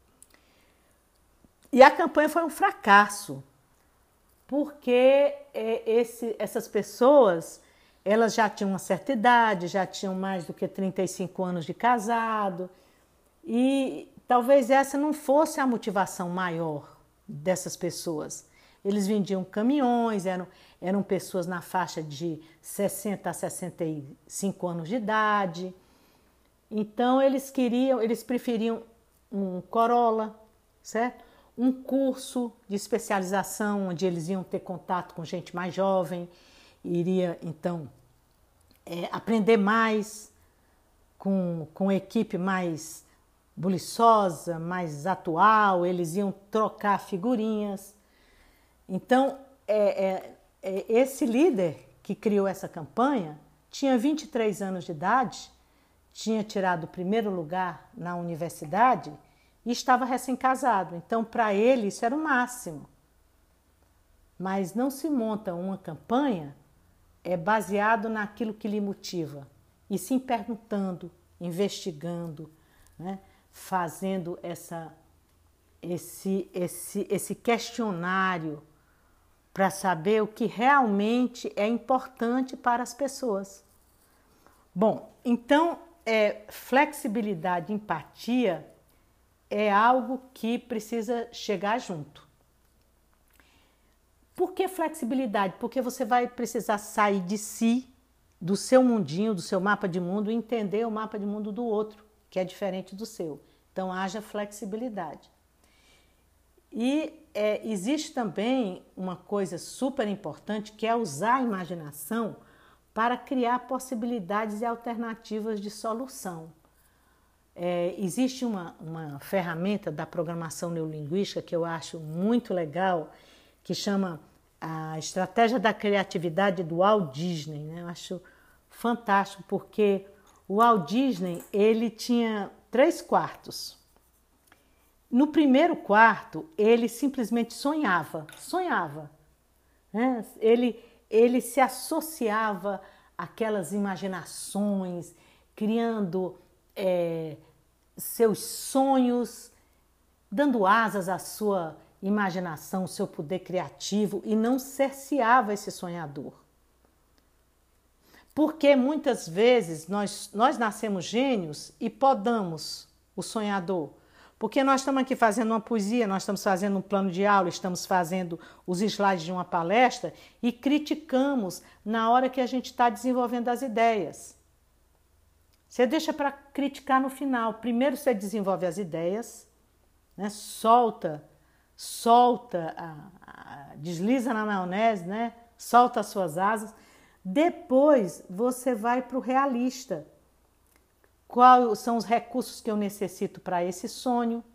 A: E a campanha foi um fracasso, porque esse, essas pessoas elas já tinham uma certa idade, já tinham mais do que trinta e cinco anos de casado, e talvez essa não fosse a motivação maior dessas pessoas. Eles vendiam caminhões, eram, eram pessoas na faixa de sessenta a sessenta e cinco anos de idade. Então eles queriam, eles preferiam um Corolla, certo? Um curso de especialização onde eles iam ter contato com gente mais jovem, iria então é, aprender mais com, com equipe mais buliçosa, mais atual, eles iam trocar figurinhas. Então, é, é, é, esse líder que criou essa campanha tinha vinte e três anos de idade, tinha tirado o primeiro lugar na universidade e estava recém-casado. Então, para ele, isso era o máximo. Mas não se monta uma campanha é baseado naquilo que lhe motiva, e sim perguntando, investigando, né? Fazendo essa, esse, esse, esse questionário para saber o que realmente é importante para as pessoas. Bom, então, é, flexibilidade e empatia é algo que precisa chegar junto. Por que flexibilidade? Porque você vai precisar sair de si, do seu mundinho, do seu mapa de mundo, e entender o mapa de mundo do outro, que é diferente do seu. Então, haja flexibilidade. E é, existe também uma coisa super importante, que é usar a imaginação para criar possibilidades e alternativas de solução. É, existe uma, uma ferramenta da programação neurolinguística que eu acho muito legal, que chama a Estratégia da Criatividade do Walt Disney, né? Eu acho fantástico, porque o Walt Disney ele tinha três quartos. No primeiro quarto, ele simplesmente sonhava, sonhava. Né? Ele, ele se associava àquelas imaginações, criando é, seus sonhos, dando asas à sua imaginação, o seu poder criativo, e não cerceava esse sonhador. Porque muitas vezes nós, nós nascemos gênios e podamos o sonhador. Porque nós estamos aqui fazendo uma poesia, nós estamos fazendo um plano de aula, estamos fazendo os slides de uma palestra e criticamos na hora que a gente está desenvolvendo as ideias. Você deixa para criticar no final. Primeiro você desenvolve as ideias, né? solta solta, a, a, desliza na maionese, né? Solta as suas asas. Depois você vai para o realista. Quais são os recursos que eu necessito para esse sonho?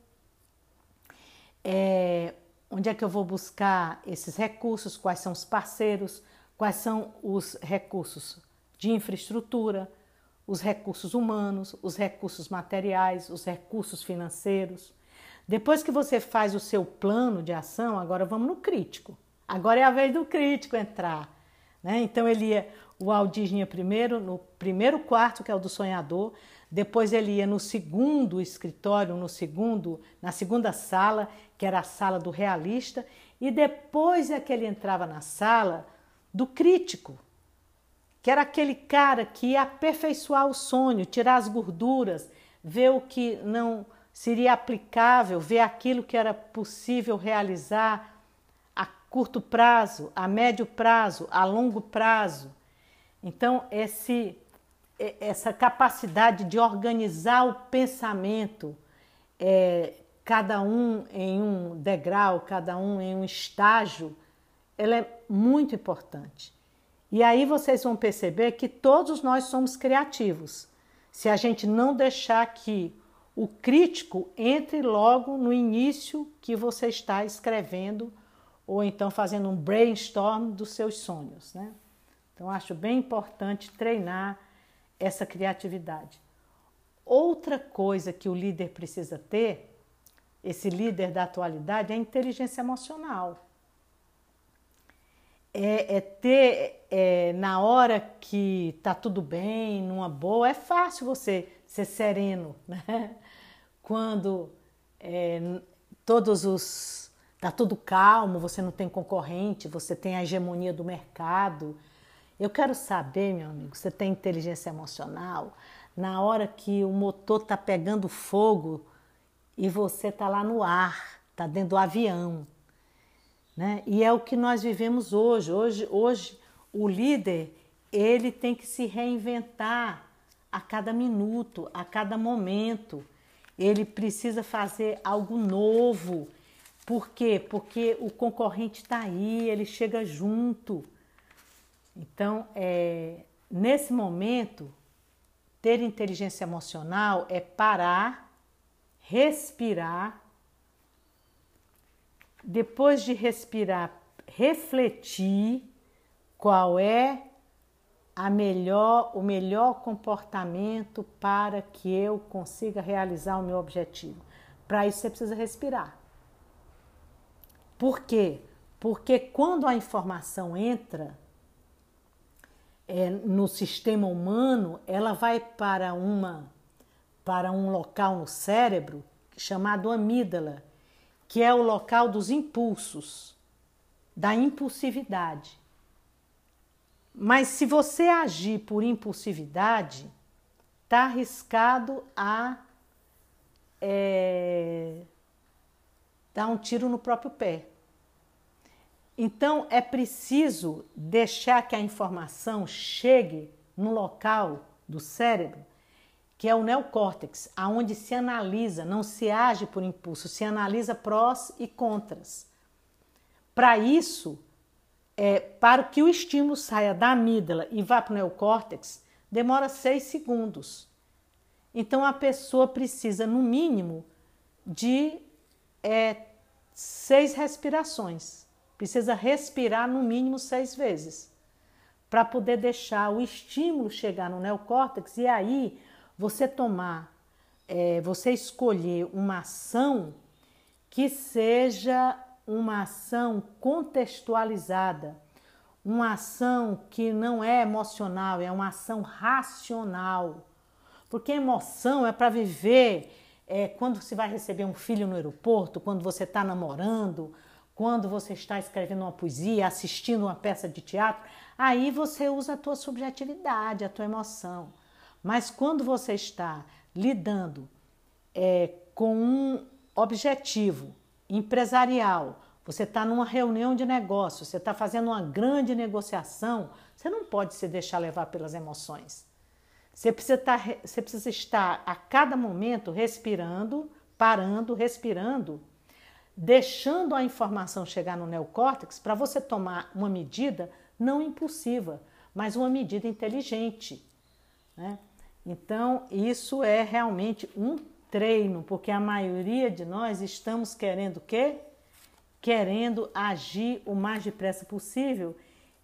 A: É, onde é que eu vou buscar esses recursos? Quais são os parceiros? quais são os recursos de infraestrutura, os recursos humanos, os recursos materiais, os recursos financeiros. Depois que você faz o seu plano de ação, agora vamos no crítico. Agora é a vez do crítico entrar, né? Então ele ia, o Walt Disney ia primeiro no primeiro quarto, que é o do sonhador, depois ele ia no segundo escritório, no segundo, na segunda sala, que era a sala do realista, e depois é que ele entrava na sala do crítico, que era aquele cara que ia aperfeiçoar o sonho, tirar as gorduras, ver o que não seria aplicável, ver aquilo que era possível realizar a curto prazo, a médio prazo, a longo prazo. Então, esse, essa capacidade de organizar o pensamento, é, cada um em um degrau, cada um em um estágio, ela é muito importante. E aí vocês vão perceber que todos nós somos criativos, se a gente não deixar que o crítico entre logo no início que você está escrevendo ou então fazendo um brainstorm dos seus sonhos, né? Então, acho bem importante treinar essa criatividade. Outra coisa que o líder precisa ter, esse líder da atualidade, é a inteligência emocional. É, é ter, é, na hora que está tudo bem, numa boa, é fácil você ser sereno, né? Quando é, todos os... está tudo calmo, você não tem concorrente, você tem a hegemonia do mercado. Eu quero saber, meu amigo, você tem inteligência emocional na hora que o motor está pegando fogo e você está lá no ar, está dentro do avião, né? E é o que nós vivemos hoje. Hoje, hoje o líder, ele tem que se reinventar a cada minuto, a cada momento. Ele precisa fazer algo novo. Por quê? Porque o concorrente está aí, ele chega junto. Então, é, nesse momento, ter inteligência emocional é parar, respirar, depois de respirar, refletir qual é a melhor, o melhor comportamento para que eu consiga realizar o meu objetivo. Para isso você precisa respirar. Por quê? Porque quando a informação entra é, no sistema humano, ela vai para, uma, para um local no cérebro chamado amígdala, que é o local dos impulsos, da impulsividade. Mas se você agir por impulsividade, está arriscado a é, dar um tiro no próprio pé. Então é preciso deixar que a informação chegue no local do cérebro, que é o neocórtex, aonde se analisa, não se age por impulso, se analisa prós e contras. Para isso, é, para que o estímulo saia da amígdala e vá para o neocórtex, demora seis segundos. Então a pessoa precisa, no mínimo, de é, seis respirações. Precisa respirar no mínimo seis vezes para poder deixar o estímulo chegar no neocórtex e aí você tomar, é, você escolher uma ação que seja uma ação contextualizada, uma ação que não é emocional, é uma ação racional. Porque emoção é para viver é, quando você vai receber um filho no aeroporto, quando você está namorando, quando você está escrevendo uma poesia, assistindo uma peça de teatro, aí você usa a tua subjetividade, a tua emoção. Mas quando você está lidando é, com um objetivo empresarial, você está numa reunião de negócios, você está fazendo uma grande negociação, você não pode se deixar levar pelas emoções. Você precisa estar, você precisa estar a cada momento respirando, parando, respirando, deixando a informação chegar no neocórtex para você tomar uma medida não impulsiva, mas uma medida inteligente, né? Então, isso é realmente um treino, porque a maioria de nós estamos querendo o quê? Querendo agir o mais depressa possível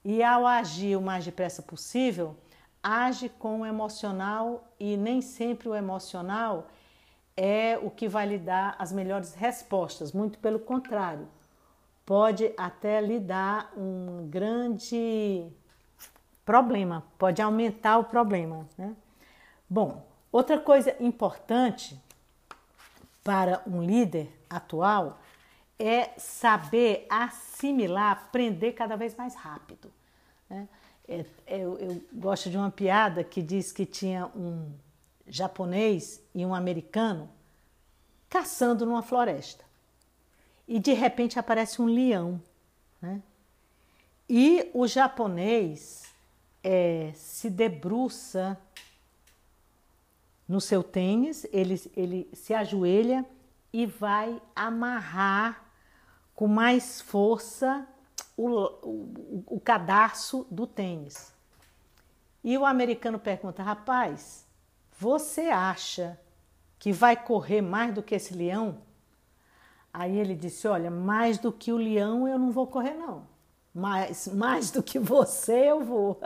A: e ao agir o mais depressa possível, age com o emocional e nem sempre o emocional é o que vai lhe dar as melhores respostas, muito pelo contrário, pode até lhe dar um grande problema, pode aumentar o problema, né? Bom, outra coisa importante para um líder atual é saber assimilar, aprender cada vez mais rápido, né? É, eu, eu gosto de uma piada que diz que tinha um japonês e um americano caçando numa floresta. E de repente aparece um leão, né? E o japonês é, se debruça no seu tênis, ele, ele se ajoelha e vai amarrar com mais força o, o, o cadarço do tênis. E o americano pergunta: rapaz, você acha que vai correr mais do que esse leão? Aí ele disse: olha, mais do que o leão eu não vou correr não, mas mais do que você eu vou.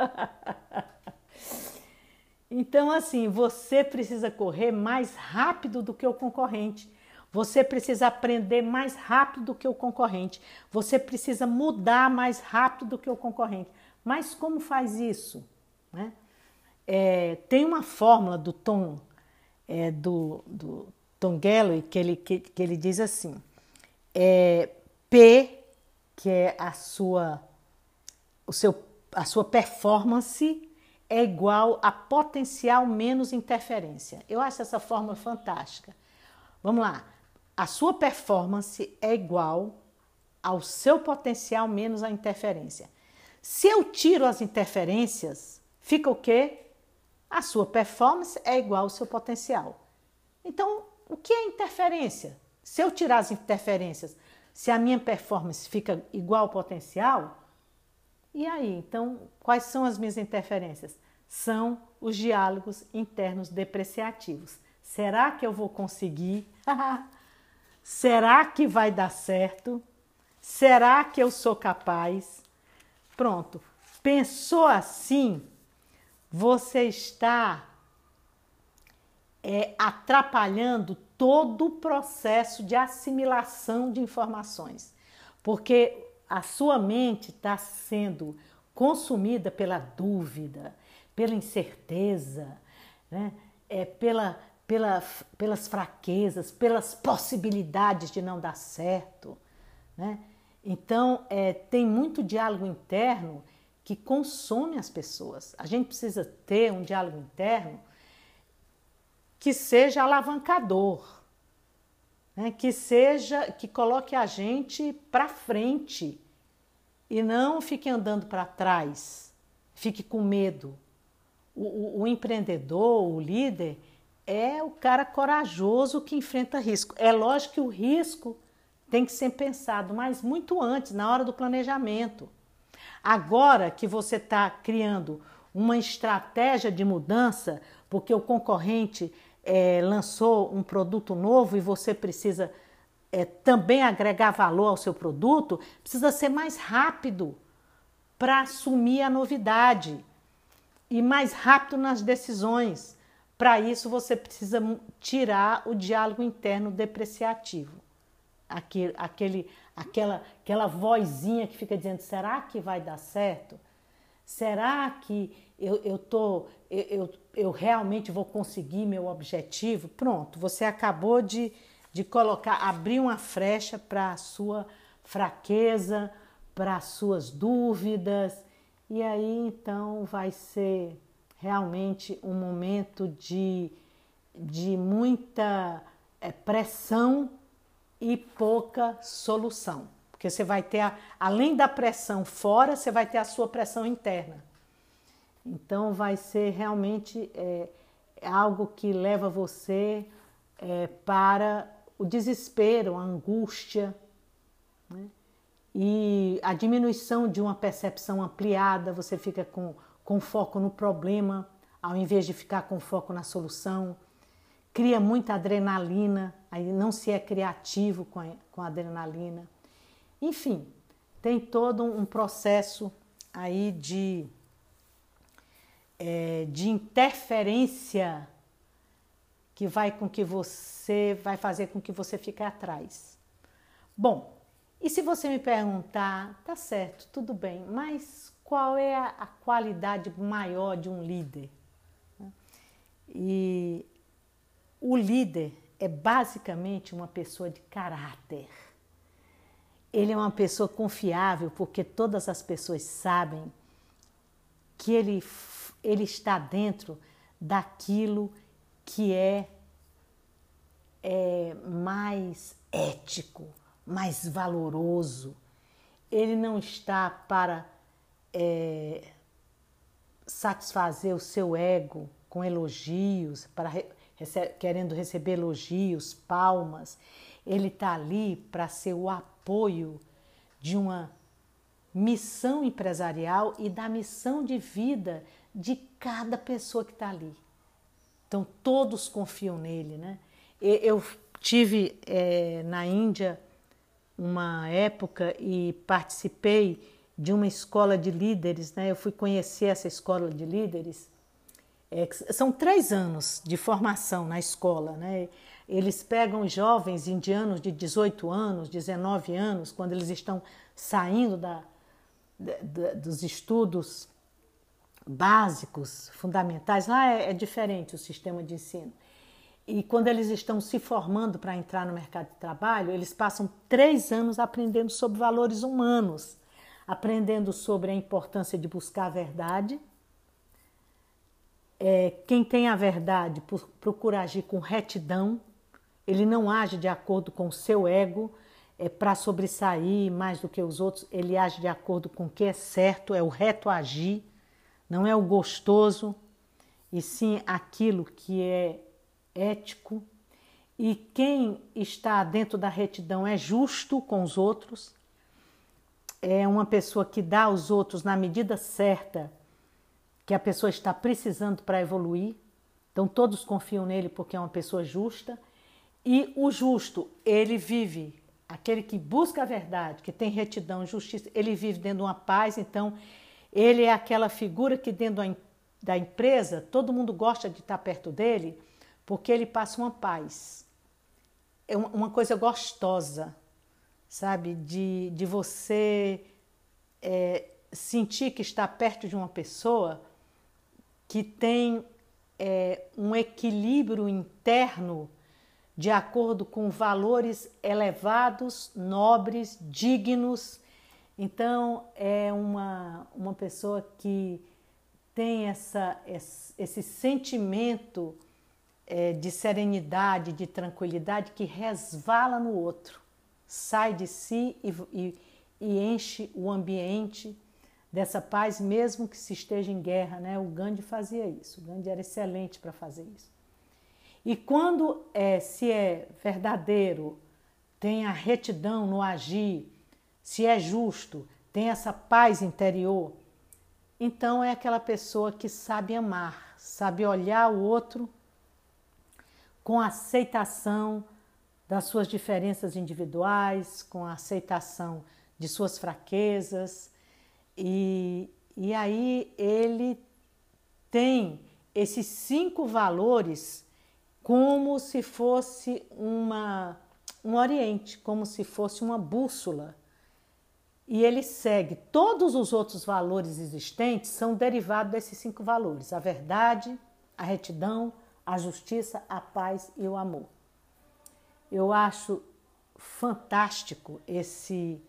A: Então assim, você precisa correr mais rápido do que o concorrente, você precisa aprender mais rápido do que o concorrente, você precisa mudar mais rápido do que o concorrente. Mas como faz isso, né? É, tem uma fórmula do Tom, é, do, do Tom Galloway que ele, que, que ele diz assim: é, P, que é a sua, o seu, a sua performance, é igual a potencial menos interferência. Eu acho essa fórmula fantástica. Vamos lá. A sua performance é igual ao seu potencial menos a interferência. Se eu tiro as interferências, fica o quê? A sua performance é igual ao seu potencial. Então, o que é interferência? Se eu tirar as interferências, se a minha performance fica igual ao potencial, e aí? Então, quais são as minhas interferências? São os diálogos internos depreciativos. Será que eu vou conseguir? Será que vai dar certo? Será que eu sou capaz? Pronto. Pensou assim? Você está é, atrapalhando todo o processo de assimilação de informações, porque a sua mente está sendo consumida pela dúvida, pela incerteza, né? é, pela, pela, pelas fraquezas, pelas possibilidades de não dar certo, né? Então, é, tem muito diálogo interno que consome as pessoas. A gente precisa ter um diálogo interno que seja alavancador, né? Que seja, que coloque a gente para frente e não fique andando para trás, fique com medo. O, o, o empreendedor, o líder, é o cara corajoso que enfrenta risco. É lógico que o risco tem que ser pensado, mas muito antes, na hora do planejamento. Agora que você está criando uma estratégia de mudança, porque o concorrente é, lançou um produto novo e você precisa é, também agregar valor ao seu produto, precisa ser mais rápido para assumir a novidade e mais rápido nas decisões. Para isso, você precisa tirar o diálogo interno depreciativo. Aquele, aquele, aquela, aquela vozinha que fica dizendo: será que vai dar certo? Será que eu, eu, tô, eu, eu, eu realmente vou conseguir meu objetivo? Pronto, você acabou de, de colocar, abrir uma frecha para a sua fraqueza, para as suas dúvidas, e aí então vai ser realmente um momento de, de muita é, pressão e pouca solução, porque você vai ter, a, além da pressão fora, você vai ter a sua pressão interna. Então vai ser realmente é, algo que leva você é, para o desespero, a angústia, né? E a diminuição de uma percepção ampliada. Você fica com, com foco no problema, ao invés de ficar com foco na solução. Cria muita adrenalina, aí não se é criativo com a, com a adrenalina. Enfim, tem todo um processo aí de, é, de interferência que vai com que você vai fazer com que você fique atrás. Bom, e se você me perguntar, tá certo, tudo bem, mas qual é a, a qualidade maior de um líder? E o líder é basicamente uma pessoa de caráter. Ele é uma pessoa confiável porque todas as pessoas sabem que ele, ele está dentro daquilo que é, é mais ético, mais valoroso. Ele não está para é, satisfazer o seu ego com elogios, para rece- querendo receber elogios, palmas. Ele está ali para ser o apoio de uma missão empresarial e da missão de vida de cada pessoa que está ali. Então, todos confiam nele, né? Eu tive é, na Índia uma época e participei de uma escola de líderes, né? Eu fui conhecer essa escola de líderes. É, são três anos de formação na escola, né? Eles pegam jovens indianos de dezoito anos, dezenove anos, quando eles estão saindo da, da, dos estudos básicos, fundamentais. Lá é, é diferente o sistema de ensino. E quando eles estão se formando para entrar no mercado de trabalho, eles passam três anos aprendendo sobre valores humanos, aprendendo sobre a importância de buscar a verdade. É, quem tem a verdade procura agir com retidão, ele não age de acordo com o seu ego, é, para sobressair mais do que os outros, ele age de acordo com o que é certo, é o reto agir. Não é o gostoso, e sim aquilo que é ético. E quem está dentro da retidão é justo com os outros, é uma pessoa que dá aos outros na medida certa que a pessoa está precisando para evoluir. Então todos confiam nele porque é uma pessoa justa. E o justo, ele vive, aquele que busca a verdade, que tem retidão, justiça, ele vive dentro de uma paz. Então ele é aquela figura que dentro da empresa todo mundo gosta de estar perto dele porque ele passa uma paz. É uma coisa gostosa, sabe? De, de você é, sentir que está perto de uma pessoa que tem é, um equilíbrio interno de acordo com valores elevados, nobres, dignos. Então, é uma, uma pessoa que tem essa, esse sentimento é, de serenidade, de tranquilidade, que resvala no outro, sai de si e, e, e enche o ambiente dessa paz, mesmo que se esteja em guerra, né? O Gandhi fazia isso, o Gandhi era excelente para fazer isso. E quando é, se é verdadeiro, tem a retidão no agir, se é justo, tem essa paz interior, então é aquela pessoa que sabe amar, sabe olhar o outro com aceitação das suas diferenças individuais, com a aceitação de suas fraquezas, e, e aí ele tem esses cinco valores como se fosse uma, um oriente, como se fosse uma bússola. E ele segue. Todos os outros valores existentes são derivados desses cinco valores: a verdade, a retidão, a justiça, a paz e o amor. Eu acho fantástico esse,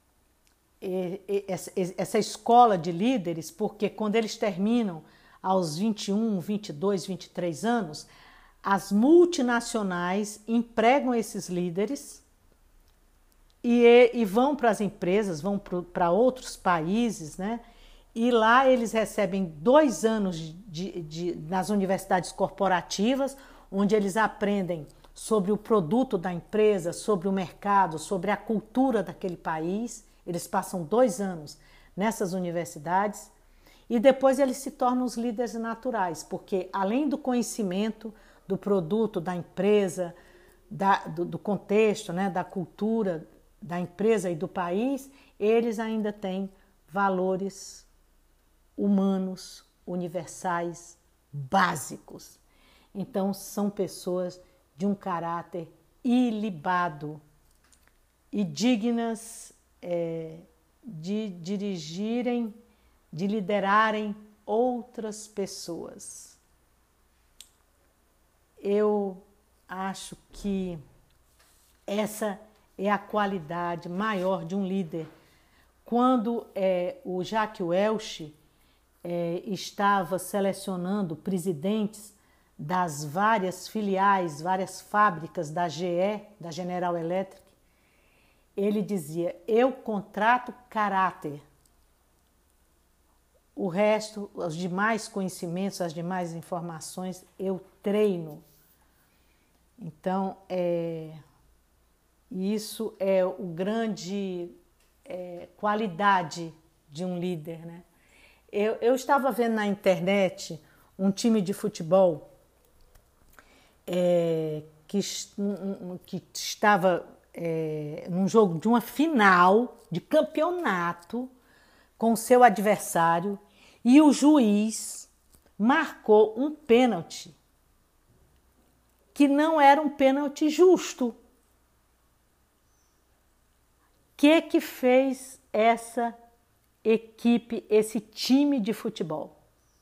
A: essa escola de líderes, porque quando eles terminam aos vinte e um, vinte e dois, vinte e três anos, as multinacionais empregam esses líderes e, e vão para as empresas, vão para outros países, né? E lá eles recebem dois anos de, de, nas universidades corporativas, onde eles aprendem sobre o produto da empresa, sobre o mercado, sobre a cultura daquele país. Eles passam dois anos nessas universidades e depois eles se tornam os líderes naturais, porque além do conhecimento do produto, da empresa, da, do, do contexto, né, da cultura da empresa e do país, eles ainda têm valores humanos, universais, básicos. Então, são pessoas de um caráter ilibado e dignas é, de dirigirem, de liderarem outras pessoas. Eu acho que essa é a qualidade maior de um líder. Quando é, o Jacques Welch é, estava selecionando presidentes das várias filiais, várias fábricas da G E, da General Electric, ele dizia: eu contrato caráter. O resto, os demais conhecimentos, as demais informações, eu treino. Então, é, isso é o grande é, qualidade de um líder, né? Eu, eu estava vendo na internet um time de futebol é, que, que estava é, num jogo de uma final de campeonato com seu adversário e o juiz marcou um pênalti que não era um pênalti justo. O que que fez essa equipe, esse time de futebol?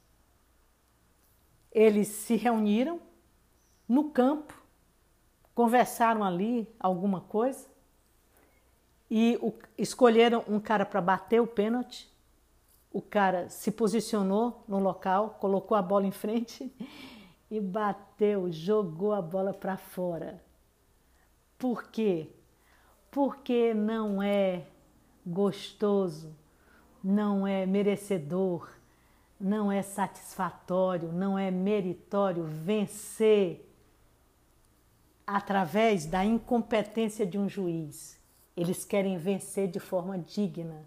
A: Eles se reuniram no campo, conversaram ali alguma coisa e o, escolheram um cara para bater o pênalti. O cara se posicionou no local, colocou a bola em frente e bateu, jogou a bola para fora. Por quê? Porque não é gostoso, não é merecedor, não é satisfatório, não é meritório vencer através da incompetência de um juiz. Eles querem vencer de forma digna.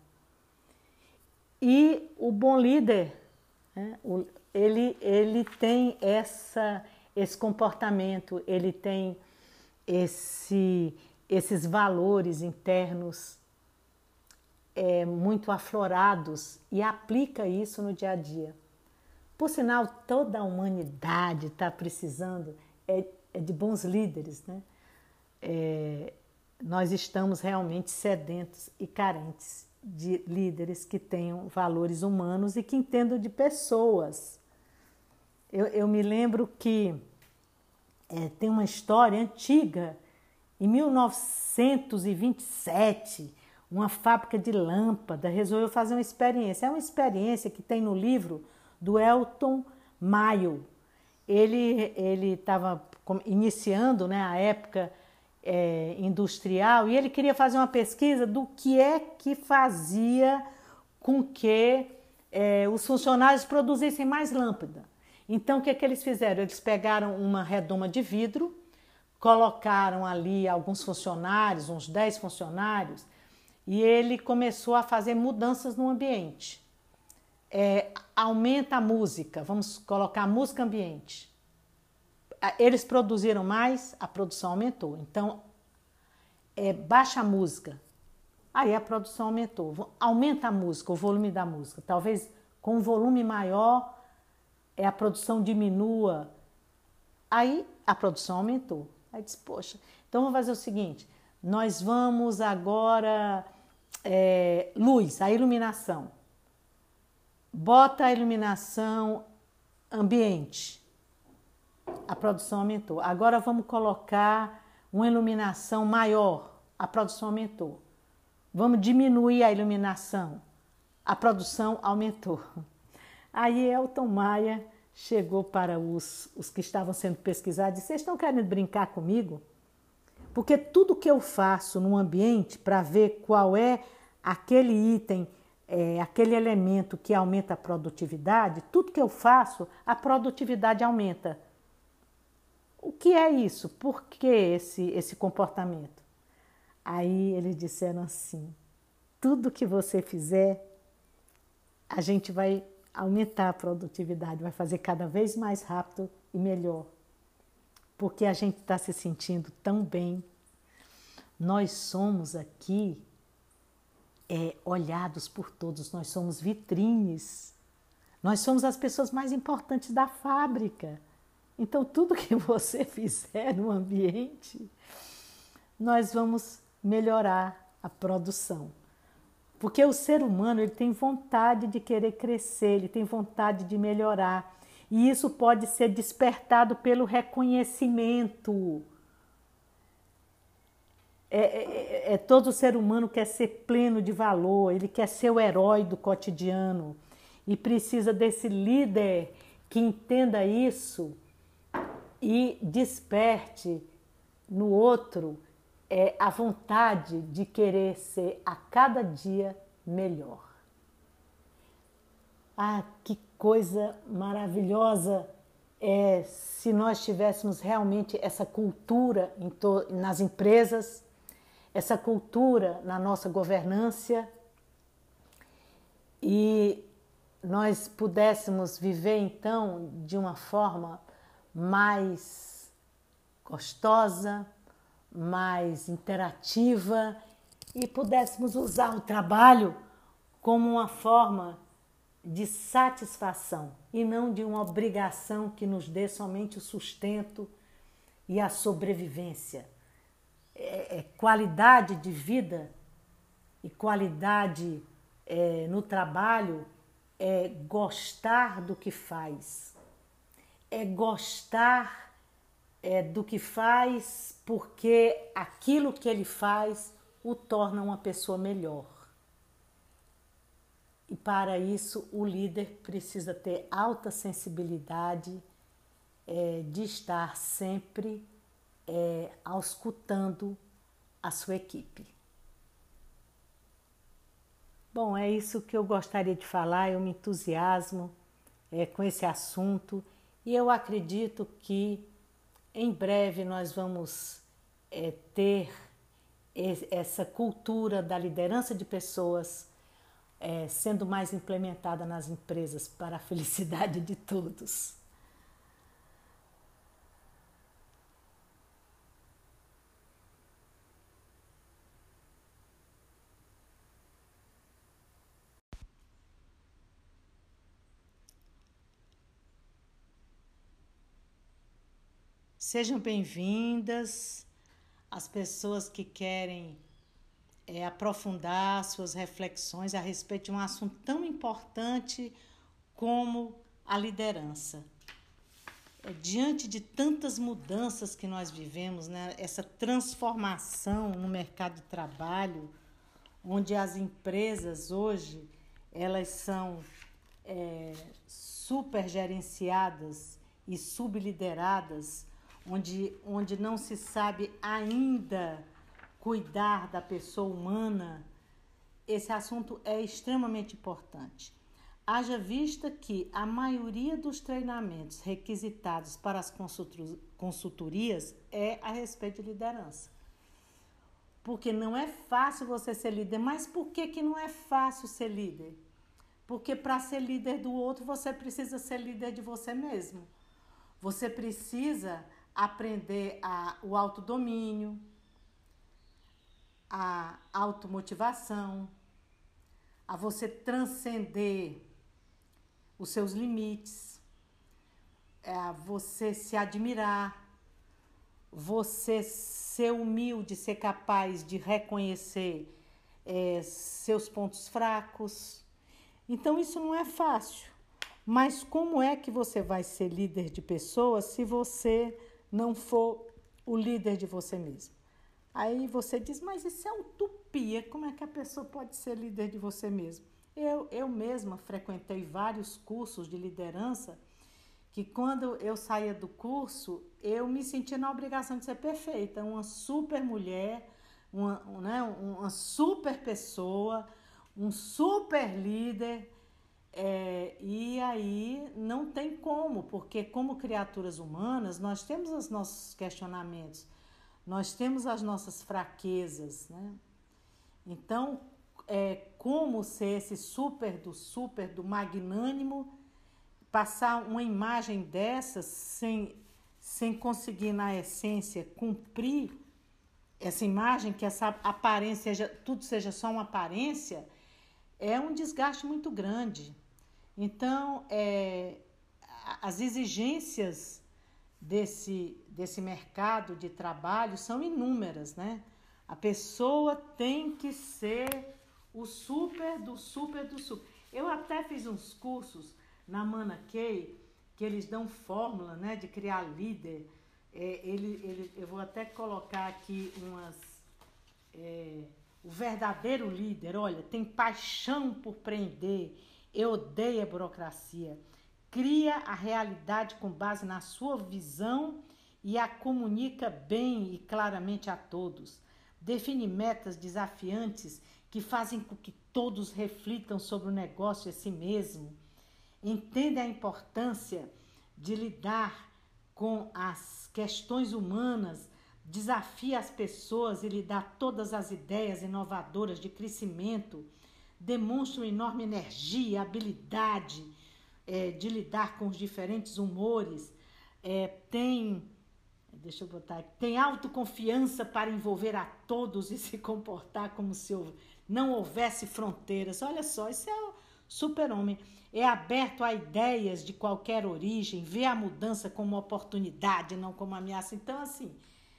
A: E o bom líder, né, ele, ele tem essa, esse comportamento, ele tem esse, esses valores internos é, muito aflorados e aplica isso no dia a dia. Por sinal, toda a humanidade está precisando é, é de bons líderes, né? É, nós estamos realmente sedentos e carentes de líderes que tenham valores humanos e que entendam de pessoas. Eu, eu me lembro que é, tem uma história antiga, em mil novecentos e vinte e sete, uma fábrica de lâmpada resolveu fazer uma experiência. É uma experiência que tem no livro do Elton Mayo. Ele estava iniciando, né, a época É, industrial e ele queria fazer uma pesquisa do que é que fazia com que é, os funcionários produzissem mais lâmpada. Então, o que é que eles fizeram? Eles pegaram uma redoma de vidro, colocaram ali alguns funcionários, uns dez funcionários, e ele começou a fazer mudanças no ambiente. É, aumenta a música, vamos colocar música ambiente. Eles produziram mais, a produção aumentou. Então, é, baixa a música, aí a produção aumentou. Aumenta a música, o volume da música. Talvez com um volume maior, é, a produção diminua. Aí a produção aumentou. Aí disse, poxa, então vamos fazer o seguinte, nós vamos agora, é, luz, a iluminação. Bota a iluminação ambiente. A produção aumentou. Agora vamos colocar uma iluminação maior. A produção aumentou. Vamos diminuir a iluminação. A produção aumentou. Aí Elton Maia chegou para os, os que estavam sendo pesquisados e disse, vocês estão querendo brincar comigo? Porque tudo que eu faço no ambiente para ver qual é aquele item, é, aquele elemento que aumenta a produtividade, tudo que eu faço, a produtividade aumenta. O que é isso? Por que esse, esse comportamento? Aí eles disseram assim, tudo que você fizer, a gente vai aumentar a produtividade, vai fazer cada vez mais rápido e melhor. Porque a gente está se sentindo tão bem. Nós somos aqui é, olhados por todos, nós somos vitrines. Nós somos as pessoas mais importantes da fábrica. Então, tudo que você fizer no ambiente, nós vamos melhorar a produção. Porque o ser humano ele tem vontade de querer crescer, ele tem vontade de melhorar. E isso pode ser despertado pelo reconhecimento. É, é, é, todo ser humano quer ser pleno de valor, ele quer ser o herói do cotidiano e precisa desse líder que entenda isso e desperte no outro é, a vontade de querer ser a cada dia melhor. Ah, que coisa maravilhosa é se nós tivéssemos realmente essa cultura em to- nas empresas, essa cultura na nossa governância e nós pudéssemos viver então de uma forma mais gostosa, mais interativa e pudéssemos usar o trabalho como uma forma de satisfação e não de uma obrigação que nos dê somente o sustento e a sobrevivência. É, é qualidade de vida e qualidade é, no trabalho é gostar do que faz, é gostar é, do que faz porque aquilo que ele faz o torna uma pessoa melhor. E para isso o líder precisa ter alta sensibilidade é, de estar sempre é, auscultando a sua equipe. Bom, é isso que eu gostaria de falar, eu me entusiasmo é, com esse assunto e eu acredito que em breve nós vamos é, ter essa cultura da liderança de pessoas É, sendo mais implementada nas empresas para a felicidade de todos. Sejam bem-vindas as pessoas que querem É, aprofundar suas reflexões a respeito de um assunto tão importante como a liderança. É, diante de tantas mudanças que nós vivemos, né, essa transformação no mercado de trabalho, onde as empresas hoje elas são é, supergerenciadas e sublideradas, onde, onde não se sabe ainda cuidar da pessoa humana, esse assunto é extremamente importante. Haja vista que a maioria dos treinamentos requisitados para as consultorias é a respeito de liderança. Porque não é fácil você ser líder. Mas por que que não é fácil ser líder? Porque para ser líder do outro, você precisa ser líder de você mesmo. Você precisa aprender a, o autodomínio, a automotivação, a você transcender os seus limites, a você se admirar, você ser humilde, ser capaz de reconhecer é, seus pontos fracos. Então isso não é fácil. Mas como é que você vai ser líder de pessoas se você não for o líder de você mesmo? Aí você diz, mas isso é utopia, como é que a pessoa pode ser líder de você mesmo? Eu, eu mesma frequentei vários cursos de liderança que quando eu saía do curso, eu me sentia na obrigação de ser perfeita, uma super mulher, uma, né, uma super pessoa, um super líder, é, e aí não tem como, porque como criaturas humanas, nós temos os nossos questionamentos, nós temos as nossas fraquezas, né? Então, é, como ser esse super do super, do magnânimo, passar uma imagem dessas sem, sem conseguir, na essência, cumprir essa imagem, que essa aparência, tudo seja só uma aparência, é um desgaste muito grande. Então, é, as exigências desse, desse mercado de trabalho são inúmeras, né? A pessoa tem que ser o super do super do super. Eu até fiz uns cursos na Mana Key, que eles dão fórmula, né, de criar líder. É, ele, ele, eu vou até colocar aqui umas... É, o verdadeiro líder, olha, tem paixão por prender, eu odeio a burocracia, cria a realidade com base na sua visão e a comunica bem e claramente a todos. Define metas desafiantes que fazem com que todos reflitam sobre o negócio e a si mesmo. Entende a importância de lidar com as questões humanas, desafia as pessoas e lhe dá todas as ideias inovadoras de crescimento, demonstra uma enorme energia, habilidade é, de lidar com os diferentes humores, é, tem, deixa eu botar aqui, tem autoconfiança para envolver a todos e se comportar como se não houvesse fronteiras. Olha só, isso é o super-homem. É aberto a ideias de qualquer origem, vê a mudança como oportunidade, não como ameaça. Então, assim,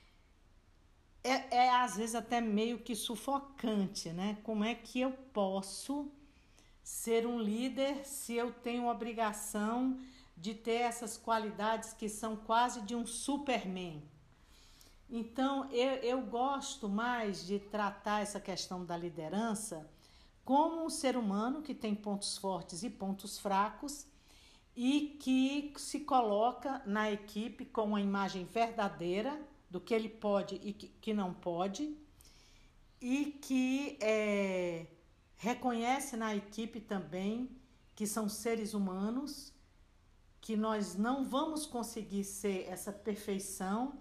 A: é, é às vezes até meio que sufocante, né? Como é que eu posso ser um líder se eu tenho a obrigação de ter essas qualidades que são quase de um Superman? Então, eu, eu gosto mais de tratar essa questão da liderança como um ser humano que tem pontos fortes e pontos fracos e que se coloca na equipe com uma imagem verdadeira do que ele pode e que, que não pode, e que é, reconhece na equipe também que são seres humanos, que nós não vamos conseguir ser essa perfeição,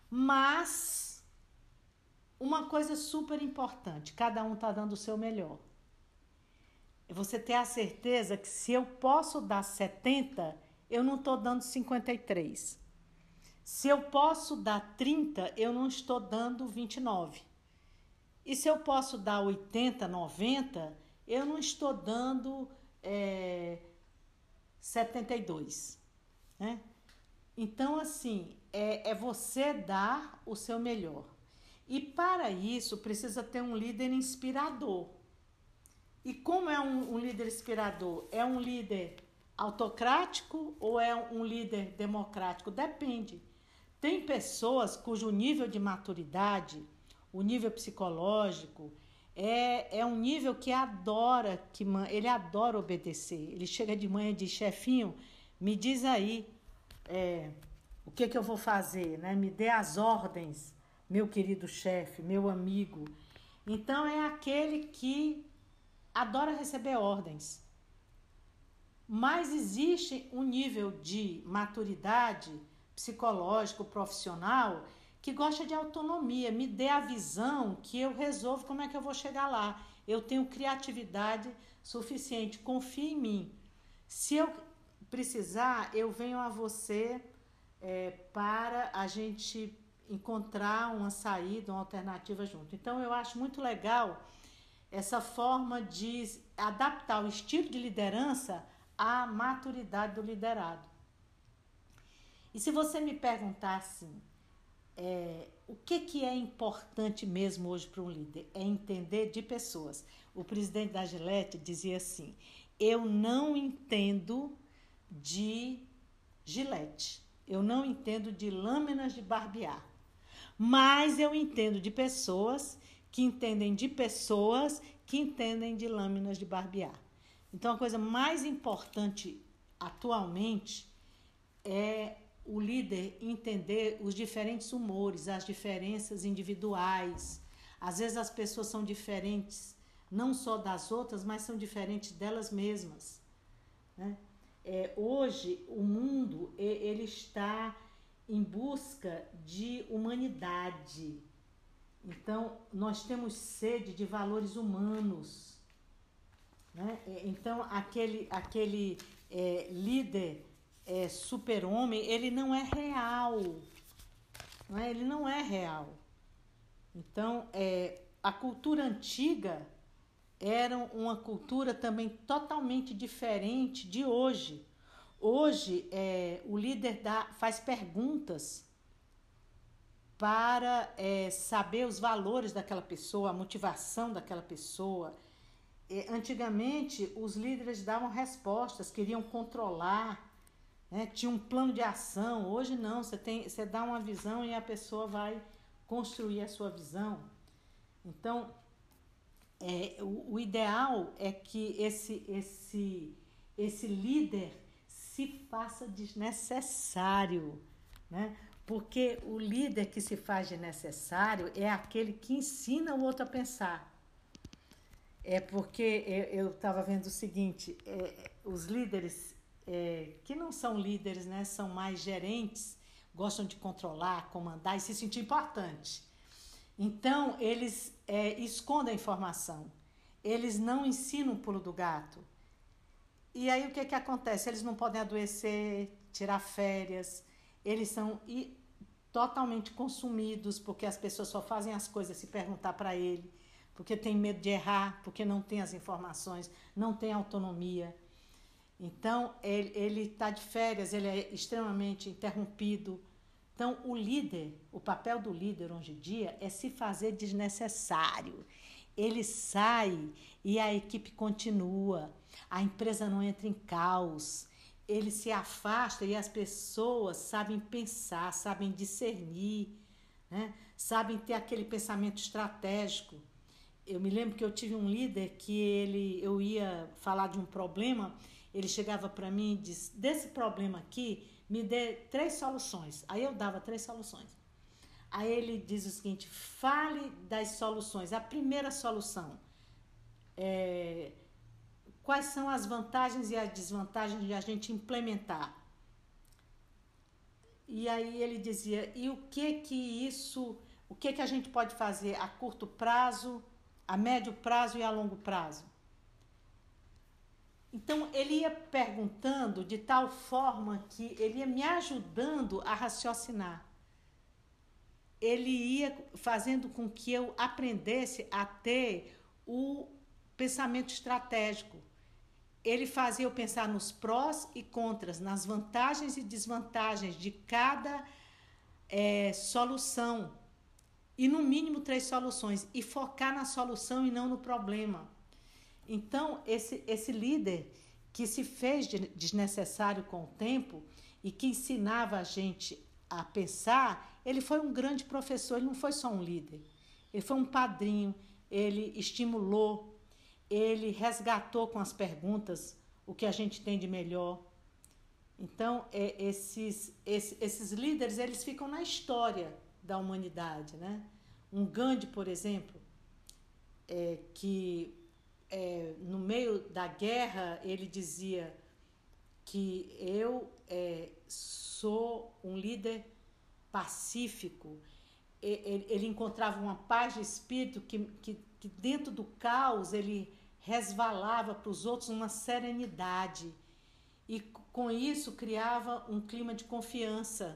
A: mas uma coisa super importante, cada um está dando o seu melhor. Você ter a certeza que se eu posso dar setenta, eu não estou dando cinquenta e três. Se eu posso dar trinta, eu não estou dando vinte e nove. E se eu posso dar oitenta, noventa, eu não estou dando é, setenta e dois. Né? Então, assim, é, é você dar o seu melhor. E para isso, precisa ter um líder inspirador. E como é um, um líder inspirador? É um líder autocrático ou é um líder democrático? Depende. Tem pessoas cujo nível de maturidade, o nível psicológico, é, é um nível que adora, que ele adora obedecer. Ele chega de manhã e diz, chefinho, me diz aí é, o que, que eu vou fazer, né? Me dê as ordens, meu querido chefe, meu amigo. Então é aquele que adora receber ordens. Mas existe um nível de maturidade psicológico, profissional, que gosta de autonomia. Me dê a visão que eu resolvo como é que eu vou chegar lá. Eu tenho criatividade suficiente, confie em mim. Se eu precisar, eu venho a você é, para a gente encontrar uma saída, uma alternativa junto. Então, eu acho muito legal essa forma de adaptar o estilo de liderança à maturidade do liderado. E se você me perguntar assim, é, o que, que é importante mesmo hoje para um líder? É entender de pessoas. O presidente da Gillette dizia assim, eu não entendo de Gillette, eu não entendo de lâminas de barbear, mas eu entendo de pessoas que entendem de pessoas que entendem de lâminas de barbear. Então, a coisa mais importante atualmente é o líder entender os diferentes humores, as diferenças individuais. Às vezes as pessoas são diferentes, não só das outras, mas são diferentes delas mesmas. Né? É, hoje, o mundo ele está em busca de humanidade. Então, nós temos sede de valores humanos. Né? Então, aquele, aquele é, líder é, super-homem, ele não é real. Não é? Ele não é real. Então, é, a cultura antiga eram uma cultura também totalmente diferente de hoje. Hoje, é, o líder dá, faz perguntas para é, saber os valores daquela pessoa, a motivação daquela pessoa. É, antigamente, os líderes davam respostas, queriam controlar, né? Tinha um plano de ação. Hoje não, você, tem, você dá uma visão e a pessoa vai construir a sua visão. Então, é, o, o ideal é que esse, esse, esse líder se faça desnecessário, né? Porque o líder que se faz desnecessário é aquele que ensina o outro a pensar. É porque eu estava vendo o seguinte, é, os líderes é, que não são líderes, né, são mais gerentes, gostam de controlar, comandar e se sentir importante. Então, eles é, escondem a informação, eles não ensinam o pulo do gato. E aí o que, que acontece? Eles não podem adoecer, tirar férias, eles são i, totalmente consumidos, porque as pessoas só fazem as coisas se perguntar para ele, porque tem medo de errar, porque não tem as informações, não tem autonomia. Então, ele está de férias, ele é extremamente interrompido. Então, o líder, o papel do líder hoje em dia é se fazer desnecessário. Ele sai e a equipe continua, a empresa não entra em caos, ele se afasta e as pessoas sabem pensar, sabem discernir, né? Sabem ter aquele pensamento estratégico. Eu me lembro que eu tive um líder que ele, eu ia falar de um problema, ele chegava para mim e disse, desse problema aqui, me dê três soluções. Aí eu dava três soluções. Aí ele diz o seguinte, fale das soluções. A primeira solução, é, quais são as vantagens e as desvantagens de a gente implementar? E aí ele dizia, e o que que isso, o que que a gente pode fazer a curto prazo, a médio prazo e a longo prazo? Então, ele ia perguntando de tal forma que ele ia me ajudando a raciocinar. Ele ia fazendo com que eu aprendesse a ter o pensamento estratégico. Ele fazia eu pensar nos prós e contras, nas vantagens e desvantagens de cada é, solução. E no mínimo três soluções. E focar na solução e não no problema. Então, esse, esse líder que se fez desnecessário com o tempo e que ensinava a gente a pensar, ele foi um grande professor, ele não foi só um líder. Ele foi um padrinho, ele estimulou, ele resgatou com as perguntas o que a gente tem de melhor. Então, é, esses, esses, esses líderes, eles ficam na história da humanidade, né? Um Gandhi, por exemplo, é, que é, no meio da guerra ele dizia que eu é, sou um líder pacífico. Ele, ele encontrava uma paz de espírito que, que, que dentro do caos ele resvalava para os outros uma serenidade e com isso criava um clima de confiança.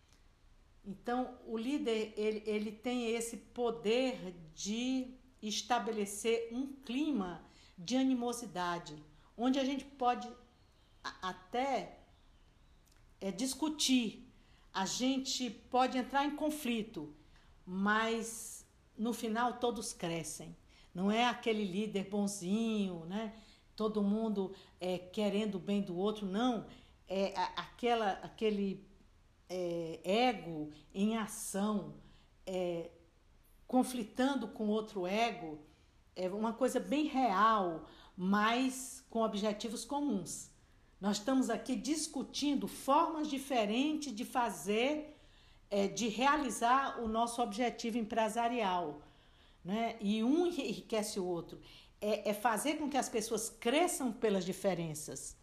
A: Então, o líder ele, ele tem esse poder de estabelecer um clima de animosidade, onde a gente pode até é, discutir, a gente pode entrar em conflito, mas no final todos crescem. Não é aquele líder bonzinho, né? Todo mundo é, querendo o bem do outro, não. É aquela, aquele é, ego em ação, é, conflitando com outro ego, é uma coisa bem real, mas com objetivos comuns. Nós estamos aqui discutindo formas diferentes de fazer, é, de realizar o nosso objetivo empresarial, né? E um enriquece o outro. É, é fazer com que as pessoas cresçam pelas diferenças.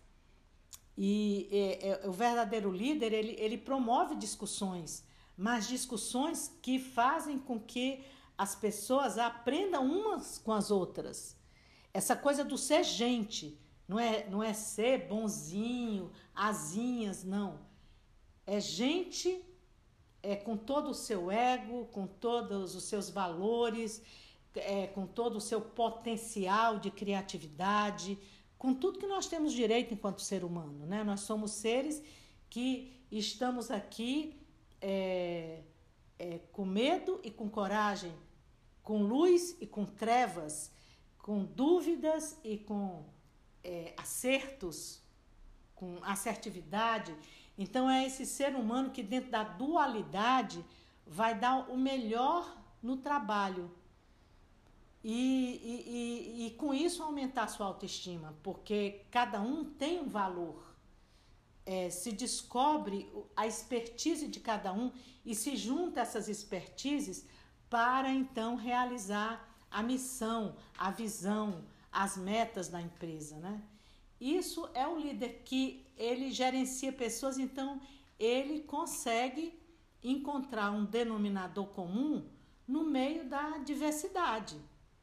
A: E é, é, o verdadeiro líder, ele, ele promove discussões, mas discussões que fazem com que as pessoas aprendam umas com as outras. Essa coisa do ser gente, não é, não é ser bonzinho, asinhas, não. É gente é, com todo o seu ego, com todos os seus valores, é, com todo o seu potencial de criatividade, com tudo que nós temos direito enquanto ser humano, né? Nós somos seres que estamos aqui é, é, com medo e com coragem, com luz e com trevas, com dúvidas e com é, acertos, com assertividade. Então é esse ser humano que dentro da dualidade vai dar o melhor no trabalho e, e, e, e com isso aumentar a sua autoestima, porque cada um tem um valor. É, se descobre a expertise de cada um e se junta essas expertises para então realizar a missão, a visão, as metas da empresa, né? Isso é o líder que ele gerencia pessoas, então ele consegue encontrar um denominador comum no meio da diversidade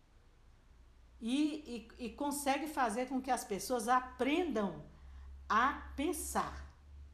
A: e, e, e consegue fazer com que as pessoas aprendam a pensar.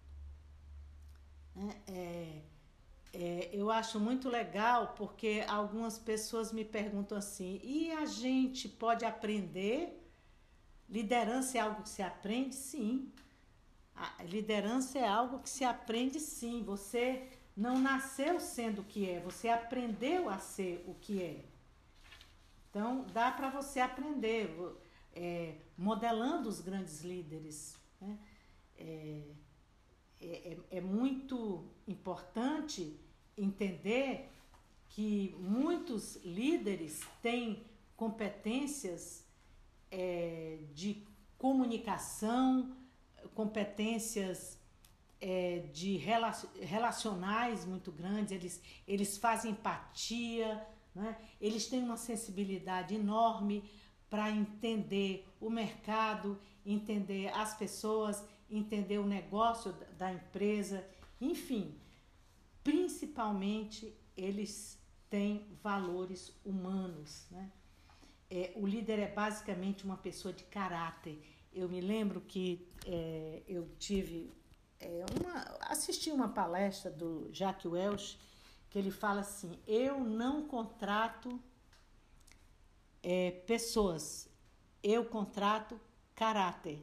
A: É, é, eu acho muito legal porque algumas pessoas me perguntam assim, e a gente pode aprender? Liderança é algo que se aprende? Sim. A liderança é algo que se aprende sim. Você não nasceu sendo o que é, você aprendeu a ser o que é. Então, dá para você aprender, é, modelando os grandes líderes, né? É, é, é muito importante entender que muitos líderes têm competências é, de comunicação, competências é, de relacionais muito grandes, eles, eles fazem empatia, né? Eles têm uma sensibilidade enorme para entender o mercado, entender as pessoas, entender o negócio da empresa, enfim, principalmente eles têm valores humanos, né? É, o líder é basicamente uma pessoa de caráter. Eu me lembro que é, eu tive é, uma, assisti uma palestra do Jack Welch, que ele fala assim, eu não contrato é, pessoas, eu contrato caráter.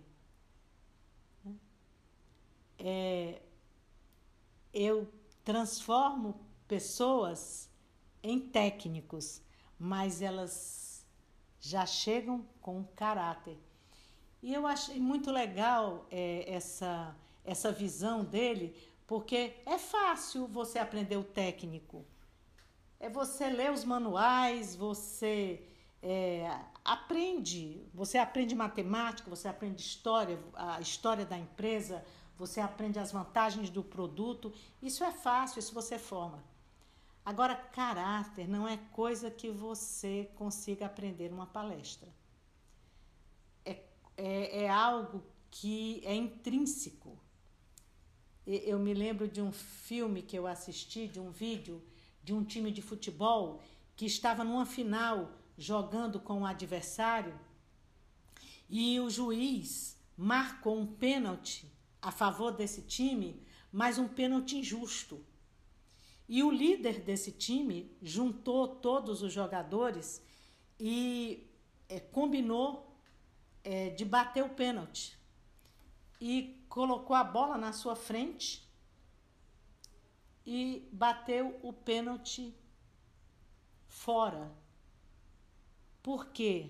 A: É, eu transformo pessoas em técnicos, mas elas já chegam com caráter. E eu achei muito legal é, essa, essa visão dele, porque é fácil você aprender o técnico. É você ler os manuais, você é, aprende, você aprende matemática, você aprende história, a história da empresa, você aprende as vantagens do produto. Isso é fácil, isso você forma. Agora, caráter não é coisa que você consiga aprender numa palestra. É, é, é algo que é intrínseco. Eu me lembro de um filme que eu assisti, de um vídeo de um time de futebol que estava numa final jogando com o adversário e o juiz marcou um pênalti a favor desse time, mas um pênalti injusto. E o líder desse time juntou todos os jogadores e é, combinou é, de bater o pênalti. E colocou a bola na sua frente e bateu o pênalti fora. Por quê?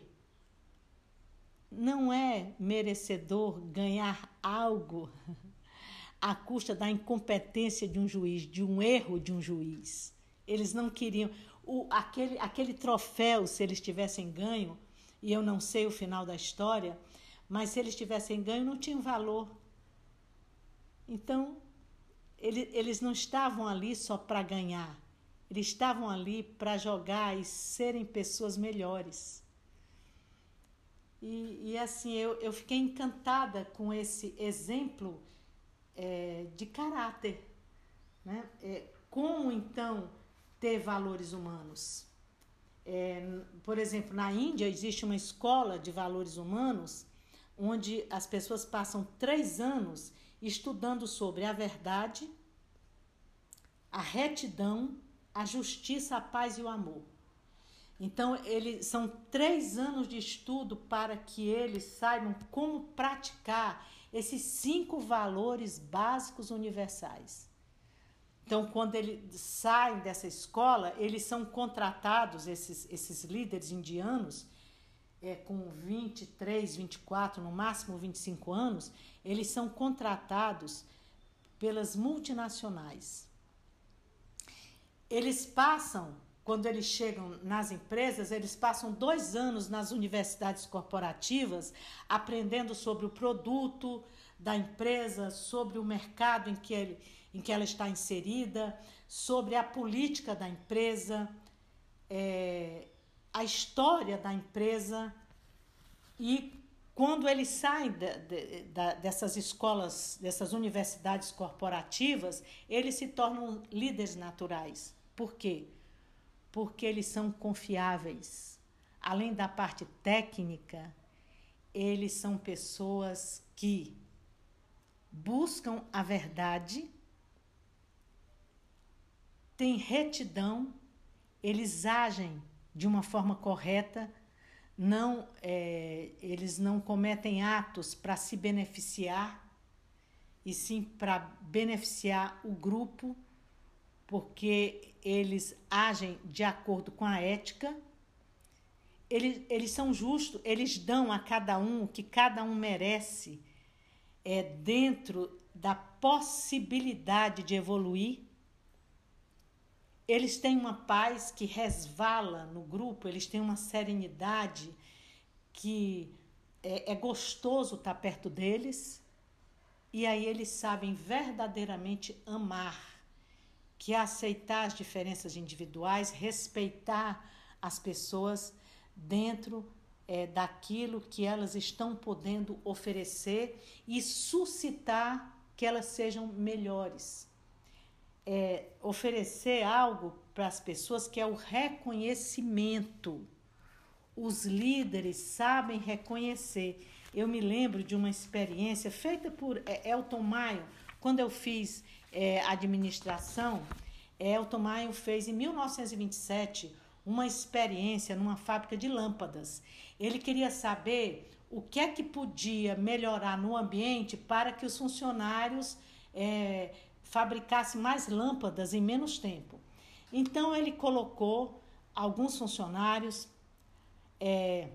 A: Não é merecedor ganhar algo à custa da incompetência de um juiz, de um erro de um juiz. Eles não queriam. O, aquele, aquele troféu, se eles tivessem ganho, e eu não sei o final da história, mas se eles tivessem ganho, não tinha valor. Então, ele, eles não estavam ali só para ganhar. Eles estavam ali para jogar e serem pessoas melhores. E, e assim, eu, eu fiquei encantada com esse exemplo é, de caráter, né? É, como, então, ter valores humanos? É, por exemplo, na Índia existe uma escola de valores humanos onde as pessoas passam três anos estudando sobre a verdade, a retidão, a justiça, a paz e o amor. Então, eles são três anos de estudo para que eles saibam como praticar esses cinco valores básicos universais. Então, quando eles saem dessa escola, eles são contratados, esses, esses líderes indianos, é, com vinte e três, vinte e quatro, no máximo vinte e cinco anos, eles são contratados pelas multinacionais. Eles passam, quando eles chegam nas empresas, eles passam dois anos nas universidades corporativas, aprendendo sobre o produto da empresa, sobre o mercado em que, ele, em que ela está inserida, sobre a política da empresa, é, a história da empresa. E quando eles saem de, de, de, dessas escolas, dessas universidades corporativas, eles se tornam líderes naturais. Por quê? Porque eles são confiáveis. Além da parte técnica, eles são pessoas que buscam a verdade, têm retidão, eles agem de uma forma correta, não, é, eles não cometem atos para se beneficiar, e sim para beneficiar o grupo, porque eles agem de acordo com a ética. Eles, eles são justos, eles dão a cada um o que cada um merece, é, dentro da possibilidade de evoluir. Eles têm uma paz que resvala no grupo, eles têm uma serenidade que é, é gostoso estar perto deles, e aí eles sabem verdadeiramente amar, que é aceitar as diferenças individuais, respeitar as pessoas dentro é, daquilo que elas estão podendo oferecer e suscitar que elas sejam melhores. É, oferecer algo para as pessoas que é o reconhecimento. Os líderes sabem reconhecer. Eu me lembro de uma experiência feita por é, Elton Maio, quando eu fiz é, administração. Elton Maio fez em mil novecentos e vinte e sete uma experiência numa fábrica de lâmpadas. Ele queria saber o que é que podia melhorar no ambiente para que os funcionários é, fabricassem mais lâmpadas em menos tempo. Então ele colocou alguns funcionários é,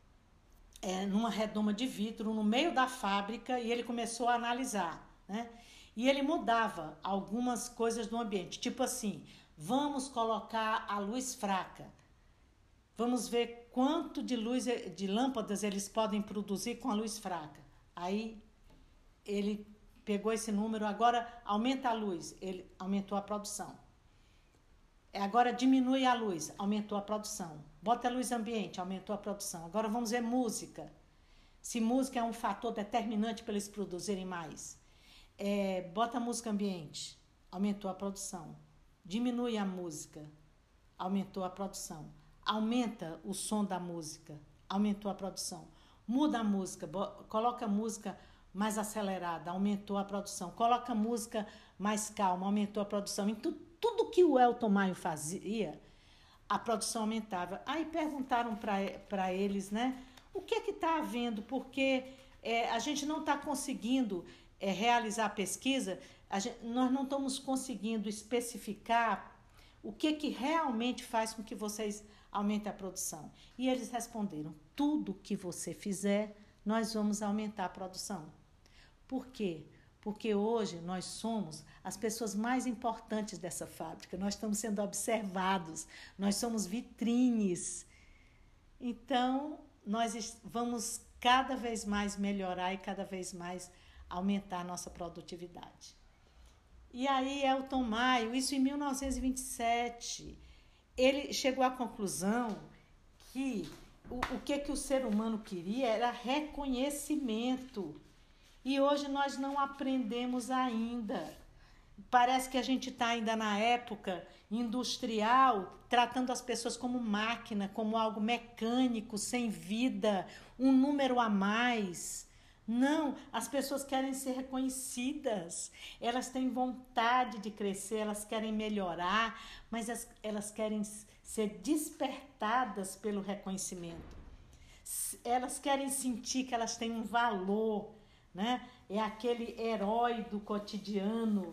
A: é, numa redoma de vidro no meio da fábrica e ele começou a analisar, né? E ele mudava algumas coisas do ambiente, tipo assim, vamos colocar a luz fraca, vamos ver quanto de luz, de lâmpadas eles podem produzir com a luz fraca. Aí ele pegou esse número, agora aumenta a luz, ele aumentou a produção. Agora diminui a luz, aumentou a produção. Bota a luz ambiente, aumentou a produção. Agora vamos ver música. Se música é um fator determinante para eles produzirem mais. É, bota a música ambiente, aumentou a produção. Diminui a música, aumentou a produção. Aumenta o som da música, aumentou a produção. Muda a música, coloca a música mais acelerada, aumentou a produção. Coloca a música mais calma, aumentou a produção. Então, tudo que o Elton Maio fazia, a produção aumentava. Aí perguntaram para eles, né? O que é que está havendo? Porque é, a gente não está conseguindo é, realizar a pesquisa, a gente, nós não estamos conseguindo especificar o que, que realmente faz com que vocês aumentem a produção. E eles responderam, tudo que você fizer, nós vamos aumentar a produção. Por quê? Porque hoje nós somos as pessoas mais importantes dessa fábrica, nós estamos sendo observados, nós somos vitrines. Então, nós vamos cada vez mais melhorar e cada vez mais aumentar a nossa produtividade. E aí, Elton Maio, isso em mil novecentos e vinte e sete, ele chegou à conclusão que o, o que, que o ser humano queria era reconhecimento. E hoje nós não aprendemos ainda. Parece que a gente está ainda na época industrial, tratando as pessoas como máquina, como algo mecânico, sem vida, um número a mais, Não, as pessoas querem ser reconhecidas, elas têm vontade de crescer, elas querem melhorar, mas as, elas querem ser despertadas pelo reconhecimento. Elas querem sentir que elas têm um valor, né? É aquele herói do cotidiano.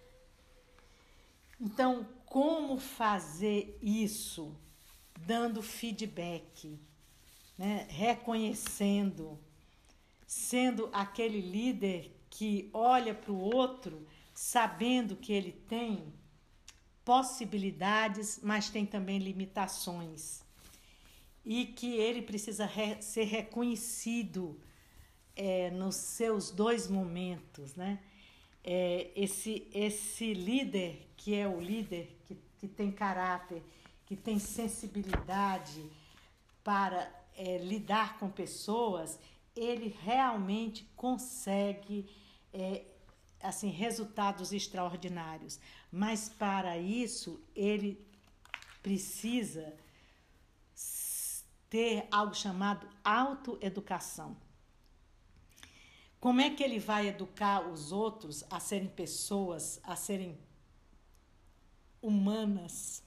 A: Então, como fazer isso? Dando feedback, né? Reconhecendo, sendo aquele líder que olha para o outro, sabendo que ele tem possibilidades, mas tem também limitações. E que ele precisa re- ser reconhecido é, nos seus dois momentos, né? É, esse, esse líder, que é o líder que, que tem caráter, que tem sensibilidade para é, lidar com pessoas, ele realmente consegue é, assim, resultados extraordinários. Mas para isso ele precisa ter algo chamado autoeducação. Como é que ele vai educar os outros a serem pessoas, a serem humanas,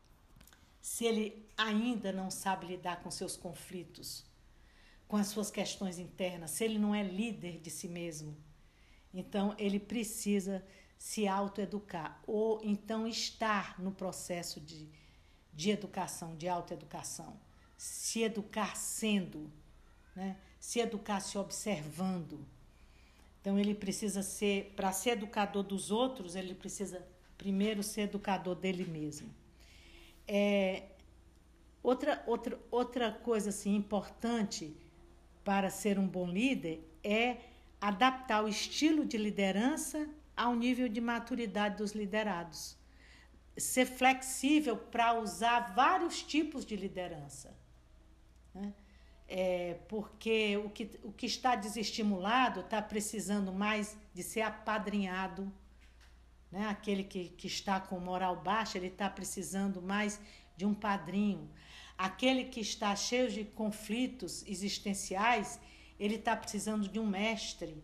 A: se ele ainda não sabe lidar com seus conflitos, com as suas questões internas, se ele não é líder de si mesmo? Então, ele precisa se autoeducar, ou então estar no processo de, de educação, de autoeducação. Se educar sendo, né? Se educar se observando. Então, ele precisa ser, para ser educador dos outros, ele precisa primeiro ser educador dele mesmo. É, outra, outra, outra coisa assim, importante para ser um bom líder é adaptar o estilo de liderança ao nível de maturidade dos liderados. Ser flexível para usar vários tipos de liderança, né? É, porque o que, o que está desestimulado está precisando mais de ser apadrinhado, né? Aquele que, que está com moral baixa, ele está precisando mais de um padrinho. Aquele que está cheio de conflitos existenciais, ele está precisando de um mestre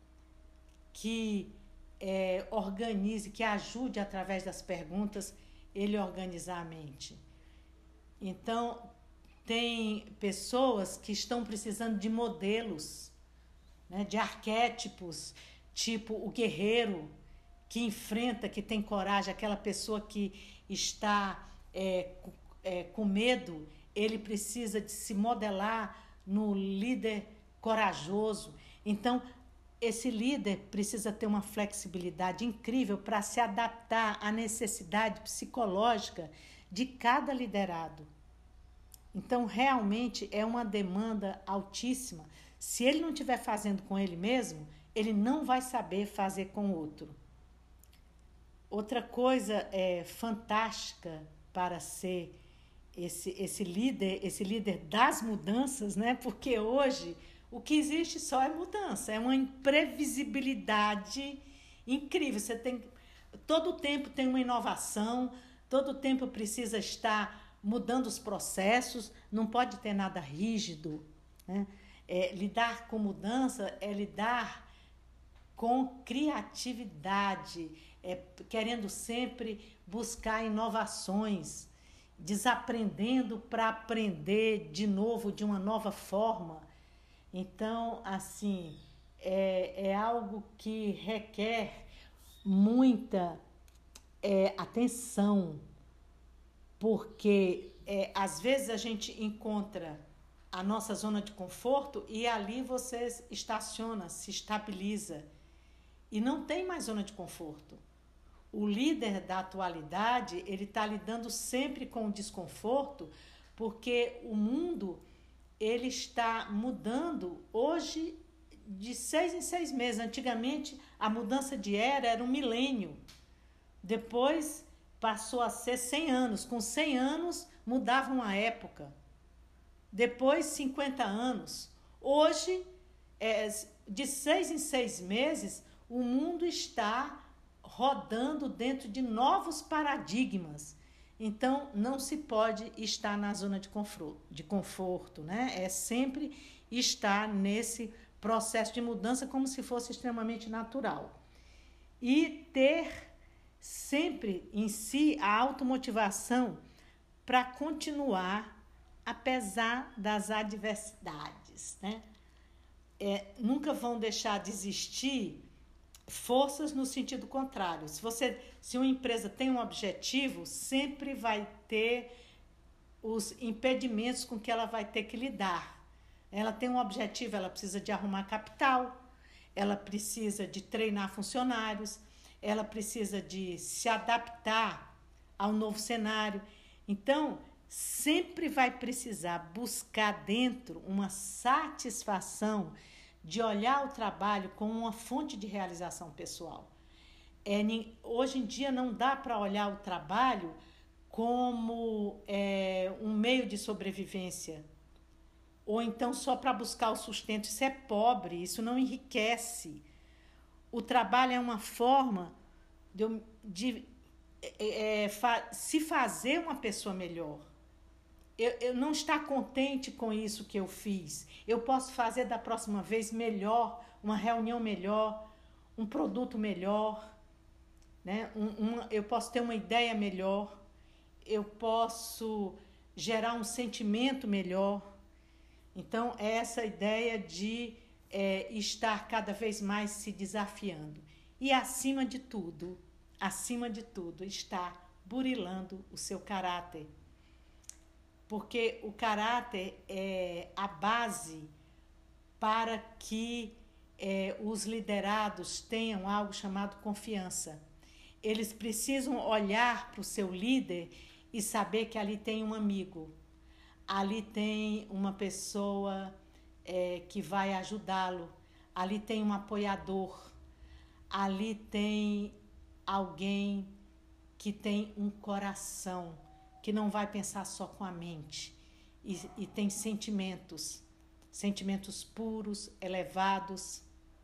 A: que é, organize, que ajude através das perguntas ele organizar a mente. Então, tem pessoas que estão precisando de modelos, né, de arquétipos, tipo o guerreiro que enfrenta, que tem coragem, aquela pessoa que está é, é, com medo, ele precisa de se modelar no líder corajoso. Então, esse líder precisa ter uma flexibilidade incrível para se adaptar à necessidade psicológica de cada liderado. Então, realmente é uma demanda altíssima. Se ele não estiver fazendo com ele mesmo, ele não vai saber fazer com o outro. Outra coisa é fantástica para ser esse, esse líder, esse líder das mudanças, né? Porque hoje o que existe só é mudança, é uma imprevisibilidade incrível. Você tem, todo o tempo tem uma inovação, todo o tempo precisa estar mudando os processos, não pode ter nada rígido, né? É, lidar com mudança é lidar com criatividade, é, querendo sempre buscar inovações, desaprendendo para aprender de novo, de uma nova forma. Então, assim, é, é algo que requer muita é, atenção, porque é, às vezes a gente encontra a nossa zona de conforto e ali você estaciona, se estabiliza e não tem mais zona de conforto. O líder da atualidade, ele está lidando sempre com o desconforto, porque o mundo ele está mudando hoje de seis em seis meses. Antigamente a mudança de era era um milênio, depois passou a ser cem anos. Com cem anos mudava uma época, depois cinquenta anos. Hoje, é, de seis em seis meses, o mundo está rodando dentro de novos paradigmas. Então, não se pode estar na zona de conforto, de conforto, né? É sempre estar nesse processo de mudança como se fosse extremamente natural. E ter sempre em si a automotivação para continuar apesar das adversidades, né? É, nunca vão deixar de existir forças no sentido contrário. Se você, se uma empresa tem um objetivo, sempre vai ter os impedimentos com que ela vai ter que lidar. Ela tem um objetivo, ela precisa de arrumar capital, ela precisa de treinar funcionários, ela precisa de se adaptar ao novo cenário. Então, sempre vai precisar buscar dentro uma satisfação de olhar o trabalho como uma fonte de realização pessoal. É, hoje em dia não dá para olhar o trabalho como é, um meio de sobrevivência, ou então só para buscar o sustento. Isso é pobre, isso não enriquece. O trabalho é uma forma de, de é, é, fa, se fazer uma pessoa melhor. Eu, eu não estar contente com isso que eu fiz. Eu posso fazer da próxima vez melhor, uma reunião melhor, um produto melhor, né? um, uma, eu posso ter uma ideia melhor, eu posso gerar um sentimento melhor. Então, é essa ideia de é, estar cada vez mais se desafiando. E, acima de tudo, acima de tudo, estar burilando o seu caráter. Porque o caráter é a base para que é, os liderados tenham algo chamado confiança. Eles precisam olhar para o seu líder e saber que ali tem um amigo, ali tem uma pessoa é, que vai ajudá-lo, ali tem um apoiador, ali tem alguém que tem um coração, que não vai pensar só com a mente, e, e tem sentimentos, sentimentos puros, elevados.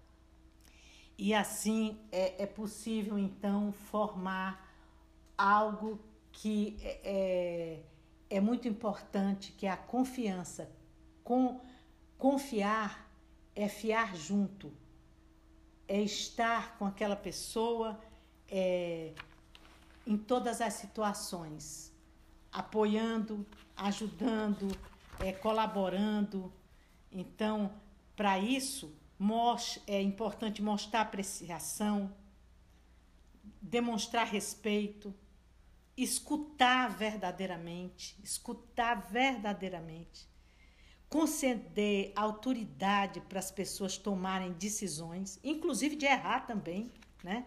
A: E assim é, é possível, então, formar algo que é, é muito importante, que é a confiança. Com, confiar é fiar junto, é estar com aquela pessoa é, em todas as situações, apoiando, ajudando, é, colaborando. Então, para isso, é importante mostrar apreciação, demonstrar respeito, escutar verdadeiramente, escutar verdadeiramente, conceder autoridade para as pessoas tomarem decisões, inclusive de errar também, né?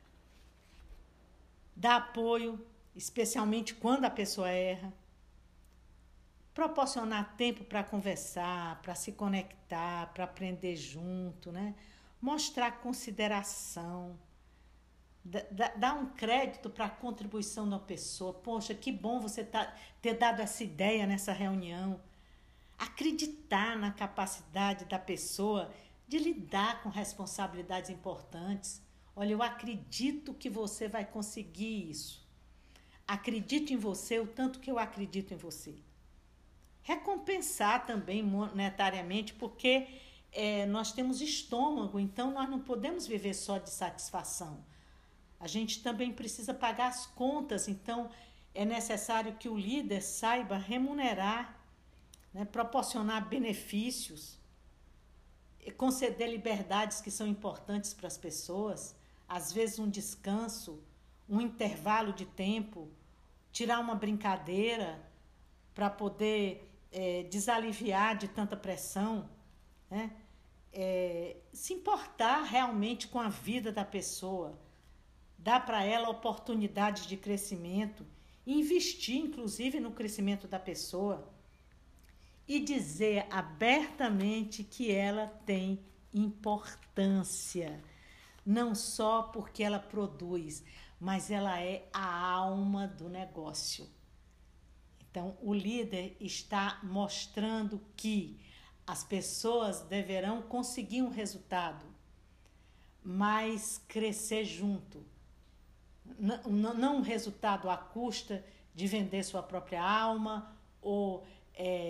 A: Dar apoio, especialmente quando a pessoa erra, proporcionar tempo para conversar, para se conectar, para aprender junto, né? Mostrar consideração, dar um crédito para a contribuição da pessoa. Poxa, que bom você tá, ter dado essa ideia nessa reunião. Acreditar na capacidade da pessoa de lidar com responsabilidades importantes. Olha, eu acredito que você vai conseguir isso. Acredito em você o tanto que eu acredito em você. Recompensar também monetariamente, porque é, nós temos estômago, então nós não podemos viver só de satisfação. A gente também precisa pagar as contas, então é necessário que o líder saiba remunerar, né, proporcionar benefícios, conceder liberdades que são importantes para as pessoas, às vezes um descanso, um intervalo de tempo, tirar uma brincadeira para poder é, desaliviar de tanta pressão, né? É, se importar realmente com a vida da pessoa, dar para ela oportunidades de crescimento, investir inclusive no crescimento da pessoa e dizer abertamente que ela tem importância, não só porque ela produz, mas ela é a alma do negócio. Então, o líder está mostrando que as pessoas deverão conseguir um resultado, mas crescer junto. Não, não um resultado à custa de vender sua própria alma ou é,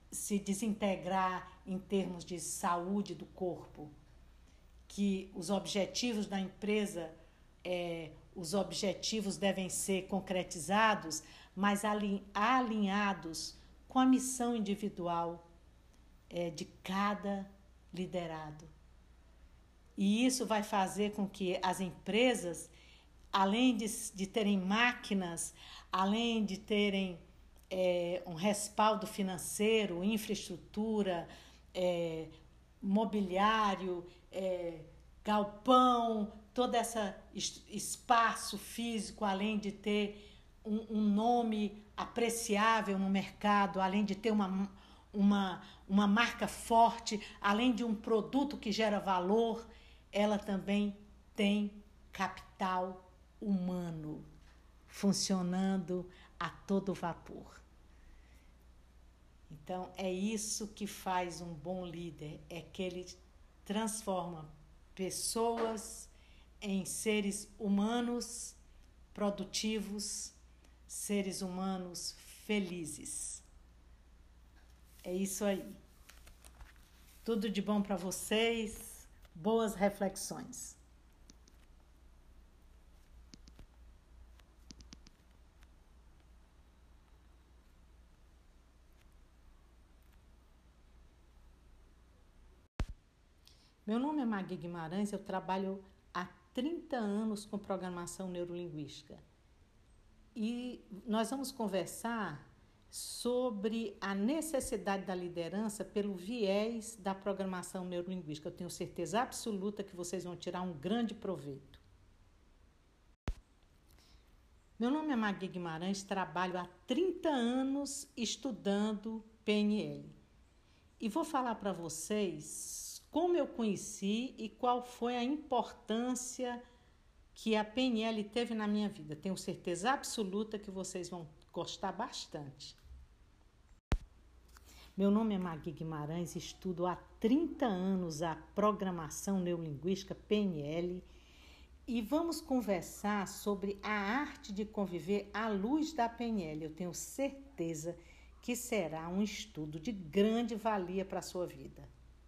A: se desintegrar em termos de saúde do corpo, que os objetivos da empresa, é, os objetivos devem ser concretizados, mas alinhados com a missão individual é, de cada liderado. E isso vai fazer com que as empresas, além de, de terem máquinas, além de terem é, um respaldo financeiro, infraestrutura, é, mobiliário, é, galpão, todo esse espaço físico, além de ter um, um nome apreciável no mercado, além de ter uma, uma, uma marca forte, além de um produto que gera valor, ela também tem capital humano funcionando a todo vapor. Então, é isso que faz um bom líder, é que ele transforma pessoas em seres humanos produtivos, seres humanos felizes. É isso aí. Tudo de bom para vocês. Boas reflexões. Meu nome é Magui Guimarães, eu trabalho há trinta anos com programação neurolinguística. E nós vamos conversar sobre a necessidade da liderança pelo viés da programação neurolinguística. Eu tenho certeza absoluta que vocês vão tirar um grande proveito. Meu nome é Magui Guimarães, trabalho há trinta anos estudando P N L. E vou falar para vocês como eu conheci e qual foi a importância que a P N L teve na minha vida. Tenho certeza absoluta que vocês vão gostar bastante. Meu nome é Magui Guimarães, estudo há trinta anos a programação neurolinguística P N L e vamos conversar sobre a arte de conviver à luz da P N L. Eu tenho certeza que será um estudo de grande valia para a sua vida.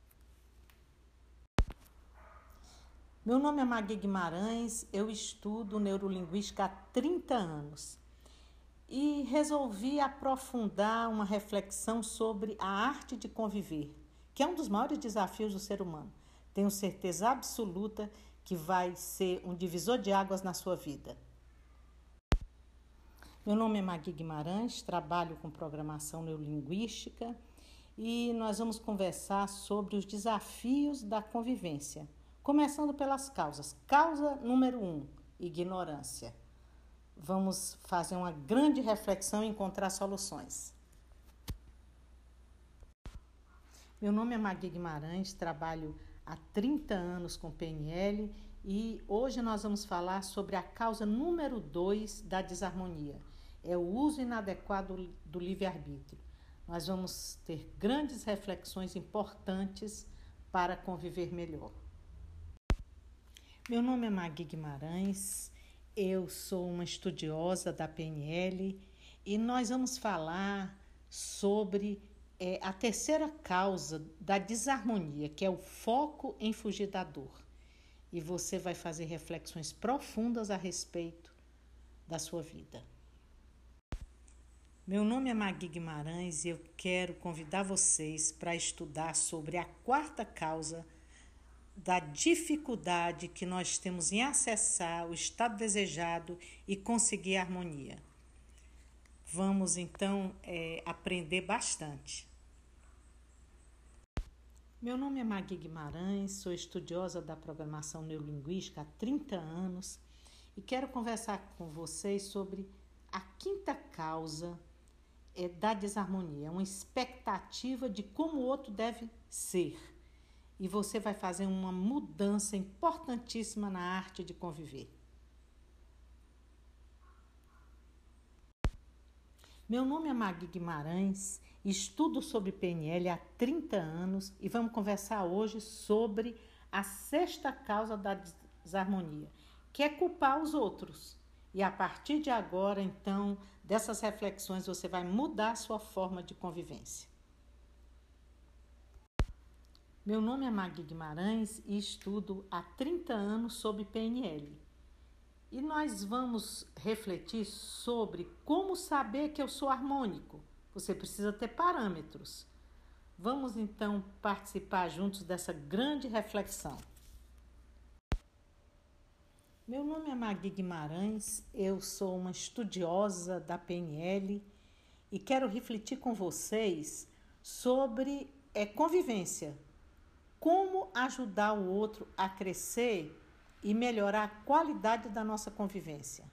A: Meu nome é Magui Guimarães, eu estudo neurolinguística há trinta anos e resolvi aprofundar uma reflexão sobre a arte de conviver, que é um dos maiores desafios do ser humano. Tenho certeza absoluta que vai ser um divisor de águas na sua vida. Meu nome é Magui Guimarães, trabalho com programação neurolinguística e nós vamos conversar sobre os desafios da convivência. Começando pelas causas. Causa número um, ignorância. Vamos fazer uma grande reflexão e encontrar soluções. Meu nome é Magui Guimarães, trabalho há trinta anos com P N L e hoje nós vamos falar sobre a causa número dois da desarmonia. É o uso inadequado do livre-arbítrio. Nós vamos ter grandes reflexões importantes para conviver melhor. Meu nome é Magui Guimarães, eu sou uma estudiosa da P N L e nós vamos falar sobre é, a terceira causa da desarmonia, que é o foco em fugir da dor. E você vai fazer reflexões profundas a respeito da sua vida. Meu nome é Magui Guimarães e eu quero convidar vocês para estudar sobre a quarta causa da dificuldade que nós temos em acessar o estado desejado e conseguir harmonia. Vamos, então, é, aprender bastante. Meu nome é Magui Guimarães, sou estudiosa da programação neurolinguística há trinta anos e quero conversar com vocês sobre a quinta causa é, da desarmonia, uma expectativa de como o outro deve ser. E você vai fazer uma mudança importantíssima na arte de conviver. Meu nome é Magui Guimarães, estudo sobre P N L há trinta anos e vamos conversar hoje sobre a sexta causa da desarmonia, que é culpar os outros. E a partir de agora, então, dessas reflexões, você vai mudar a sua forma de convivência. Meu nome é Magui Guimarães e estudo há trinta anos sobre P N L. E nós vamos refletir sobre como saber que eu sou harmônico. Você precisa ter parâmetros. Vamos então participar juntos dessa grande reflexão. Meu nome é Magui Guimarães, eu sou uma estudiosa da P N L e quero refletir com vocês sobre é, convivência. Como ajudar o outro a crescer e melhorar a qualidade da nossa convivência.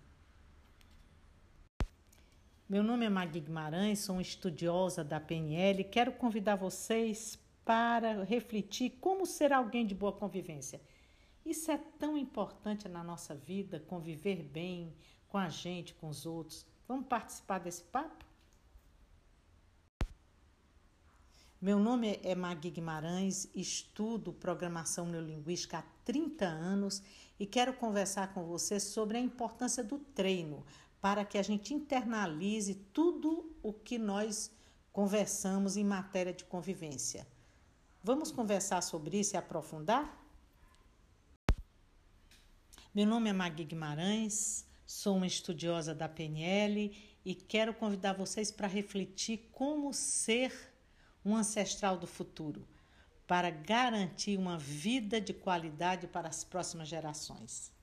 A: Meu nome é Magui Guimarães, sou uma estudiosa da P N L e quero convidar vocês para refletir como ser alguém de boa convivência. Isso é tão importante na nossa vida, conviver bem com a gente, com os outros. Vamos participar desse papo? Meu nome é Magui Guimarães, estudo programação neurolinguística há trinta anos e quero conversar com você sobre a importância do treino para que a gente internalize tudo o que nós conversamos em matéria de convivência. Vamos conversar sobre isso e aprofundar? Meu nome é Magui Guimarães, sou uma estudiosa da P N L e quero convidar vocês para refletir como ser um ancestral do futuro, para garantir uma vida de qualidade para as próximas gerações.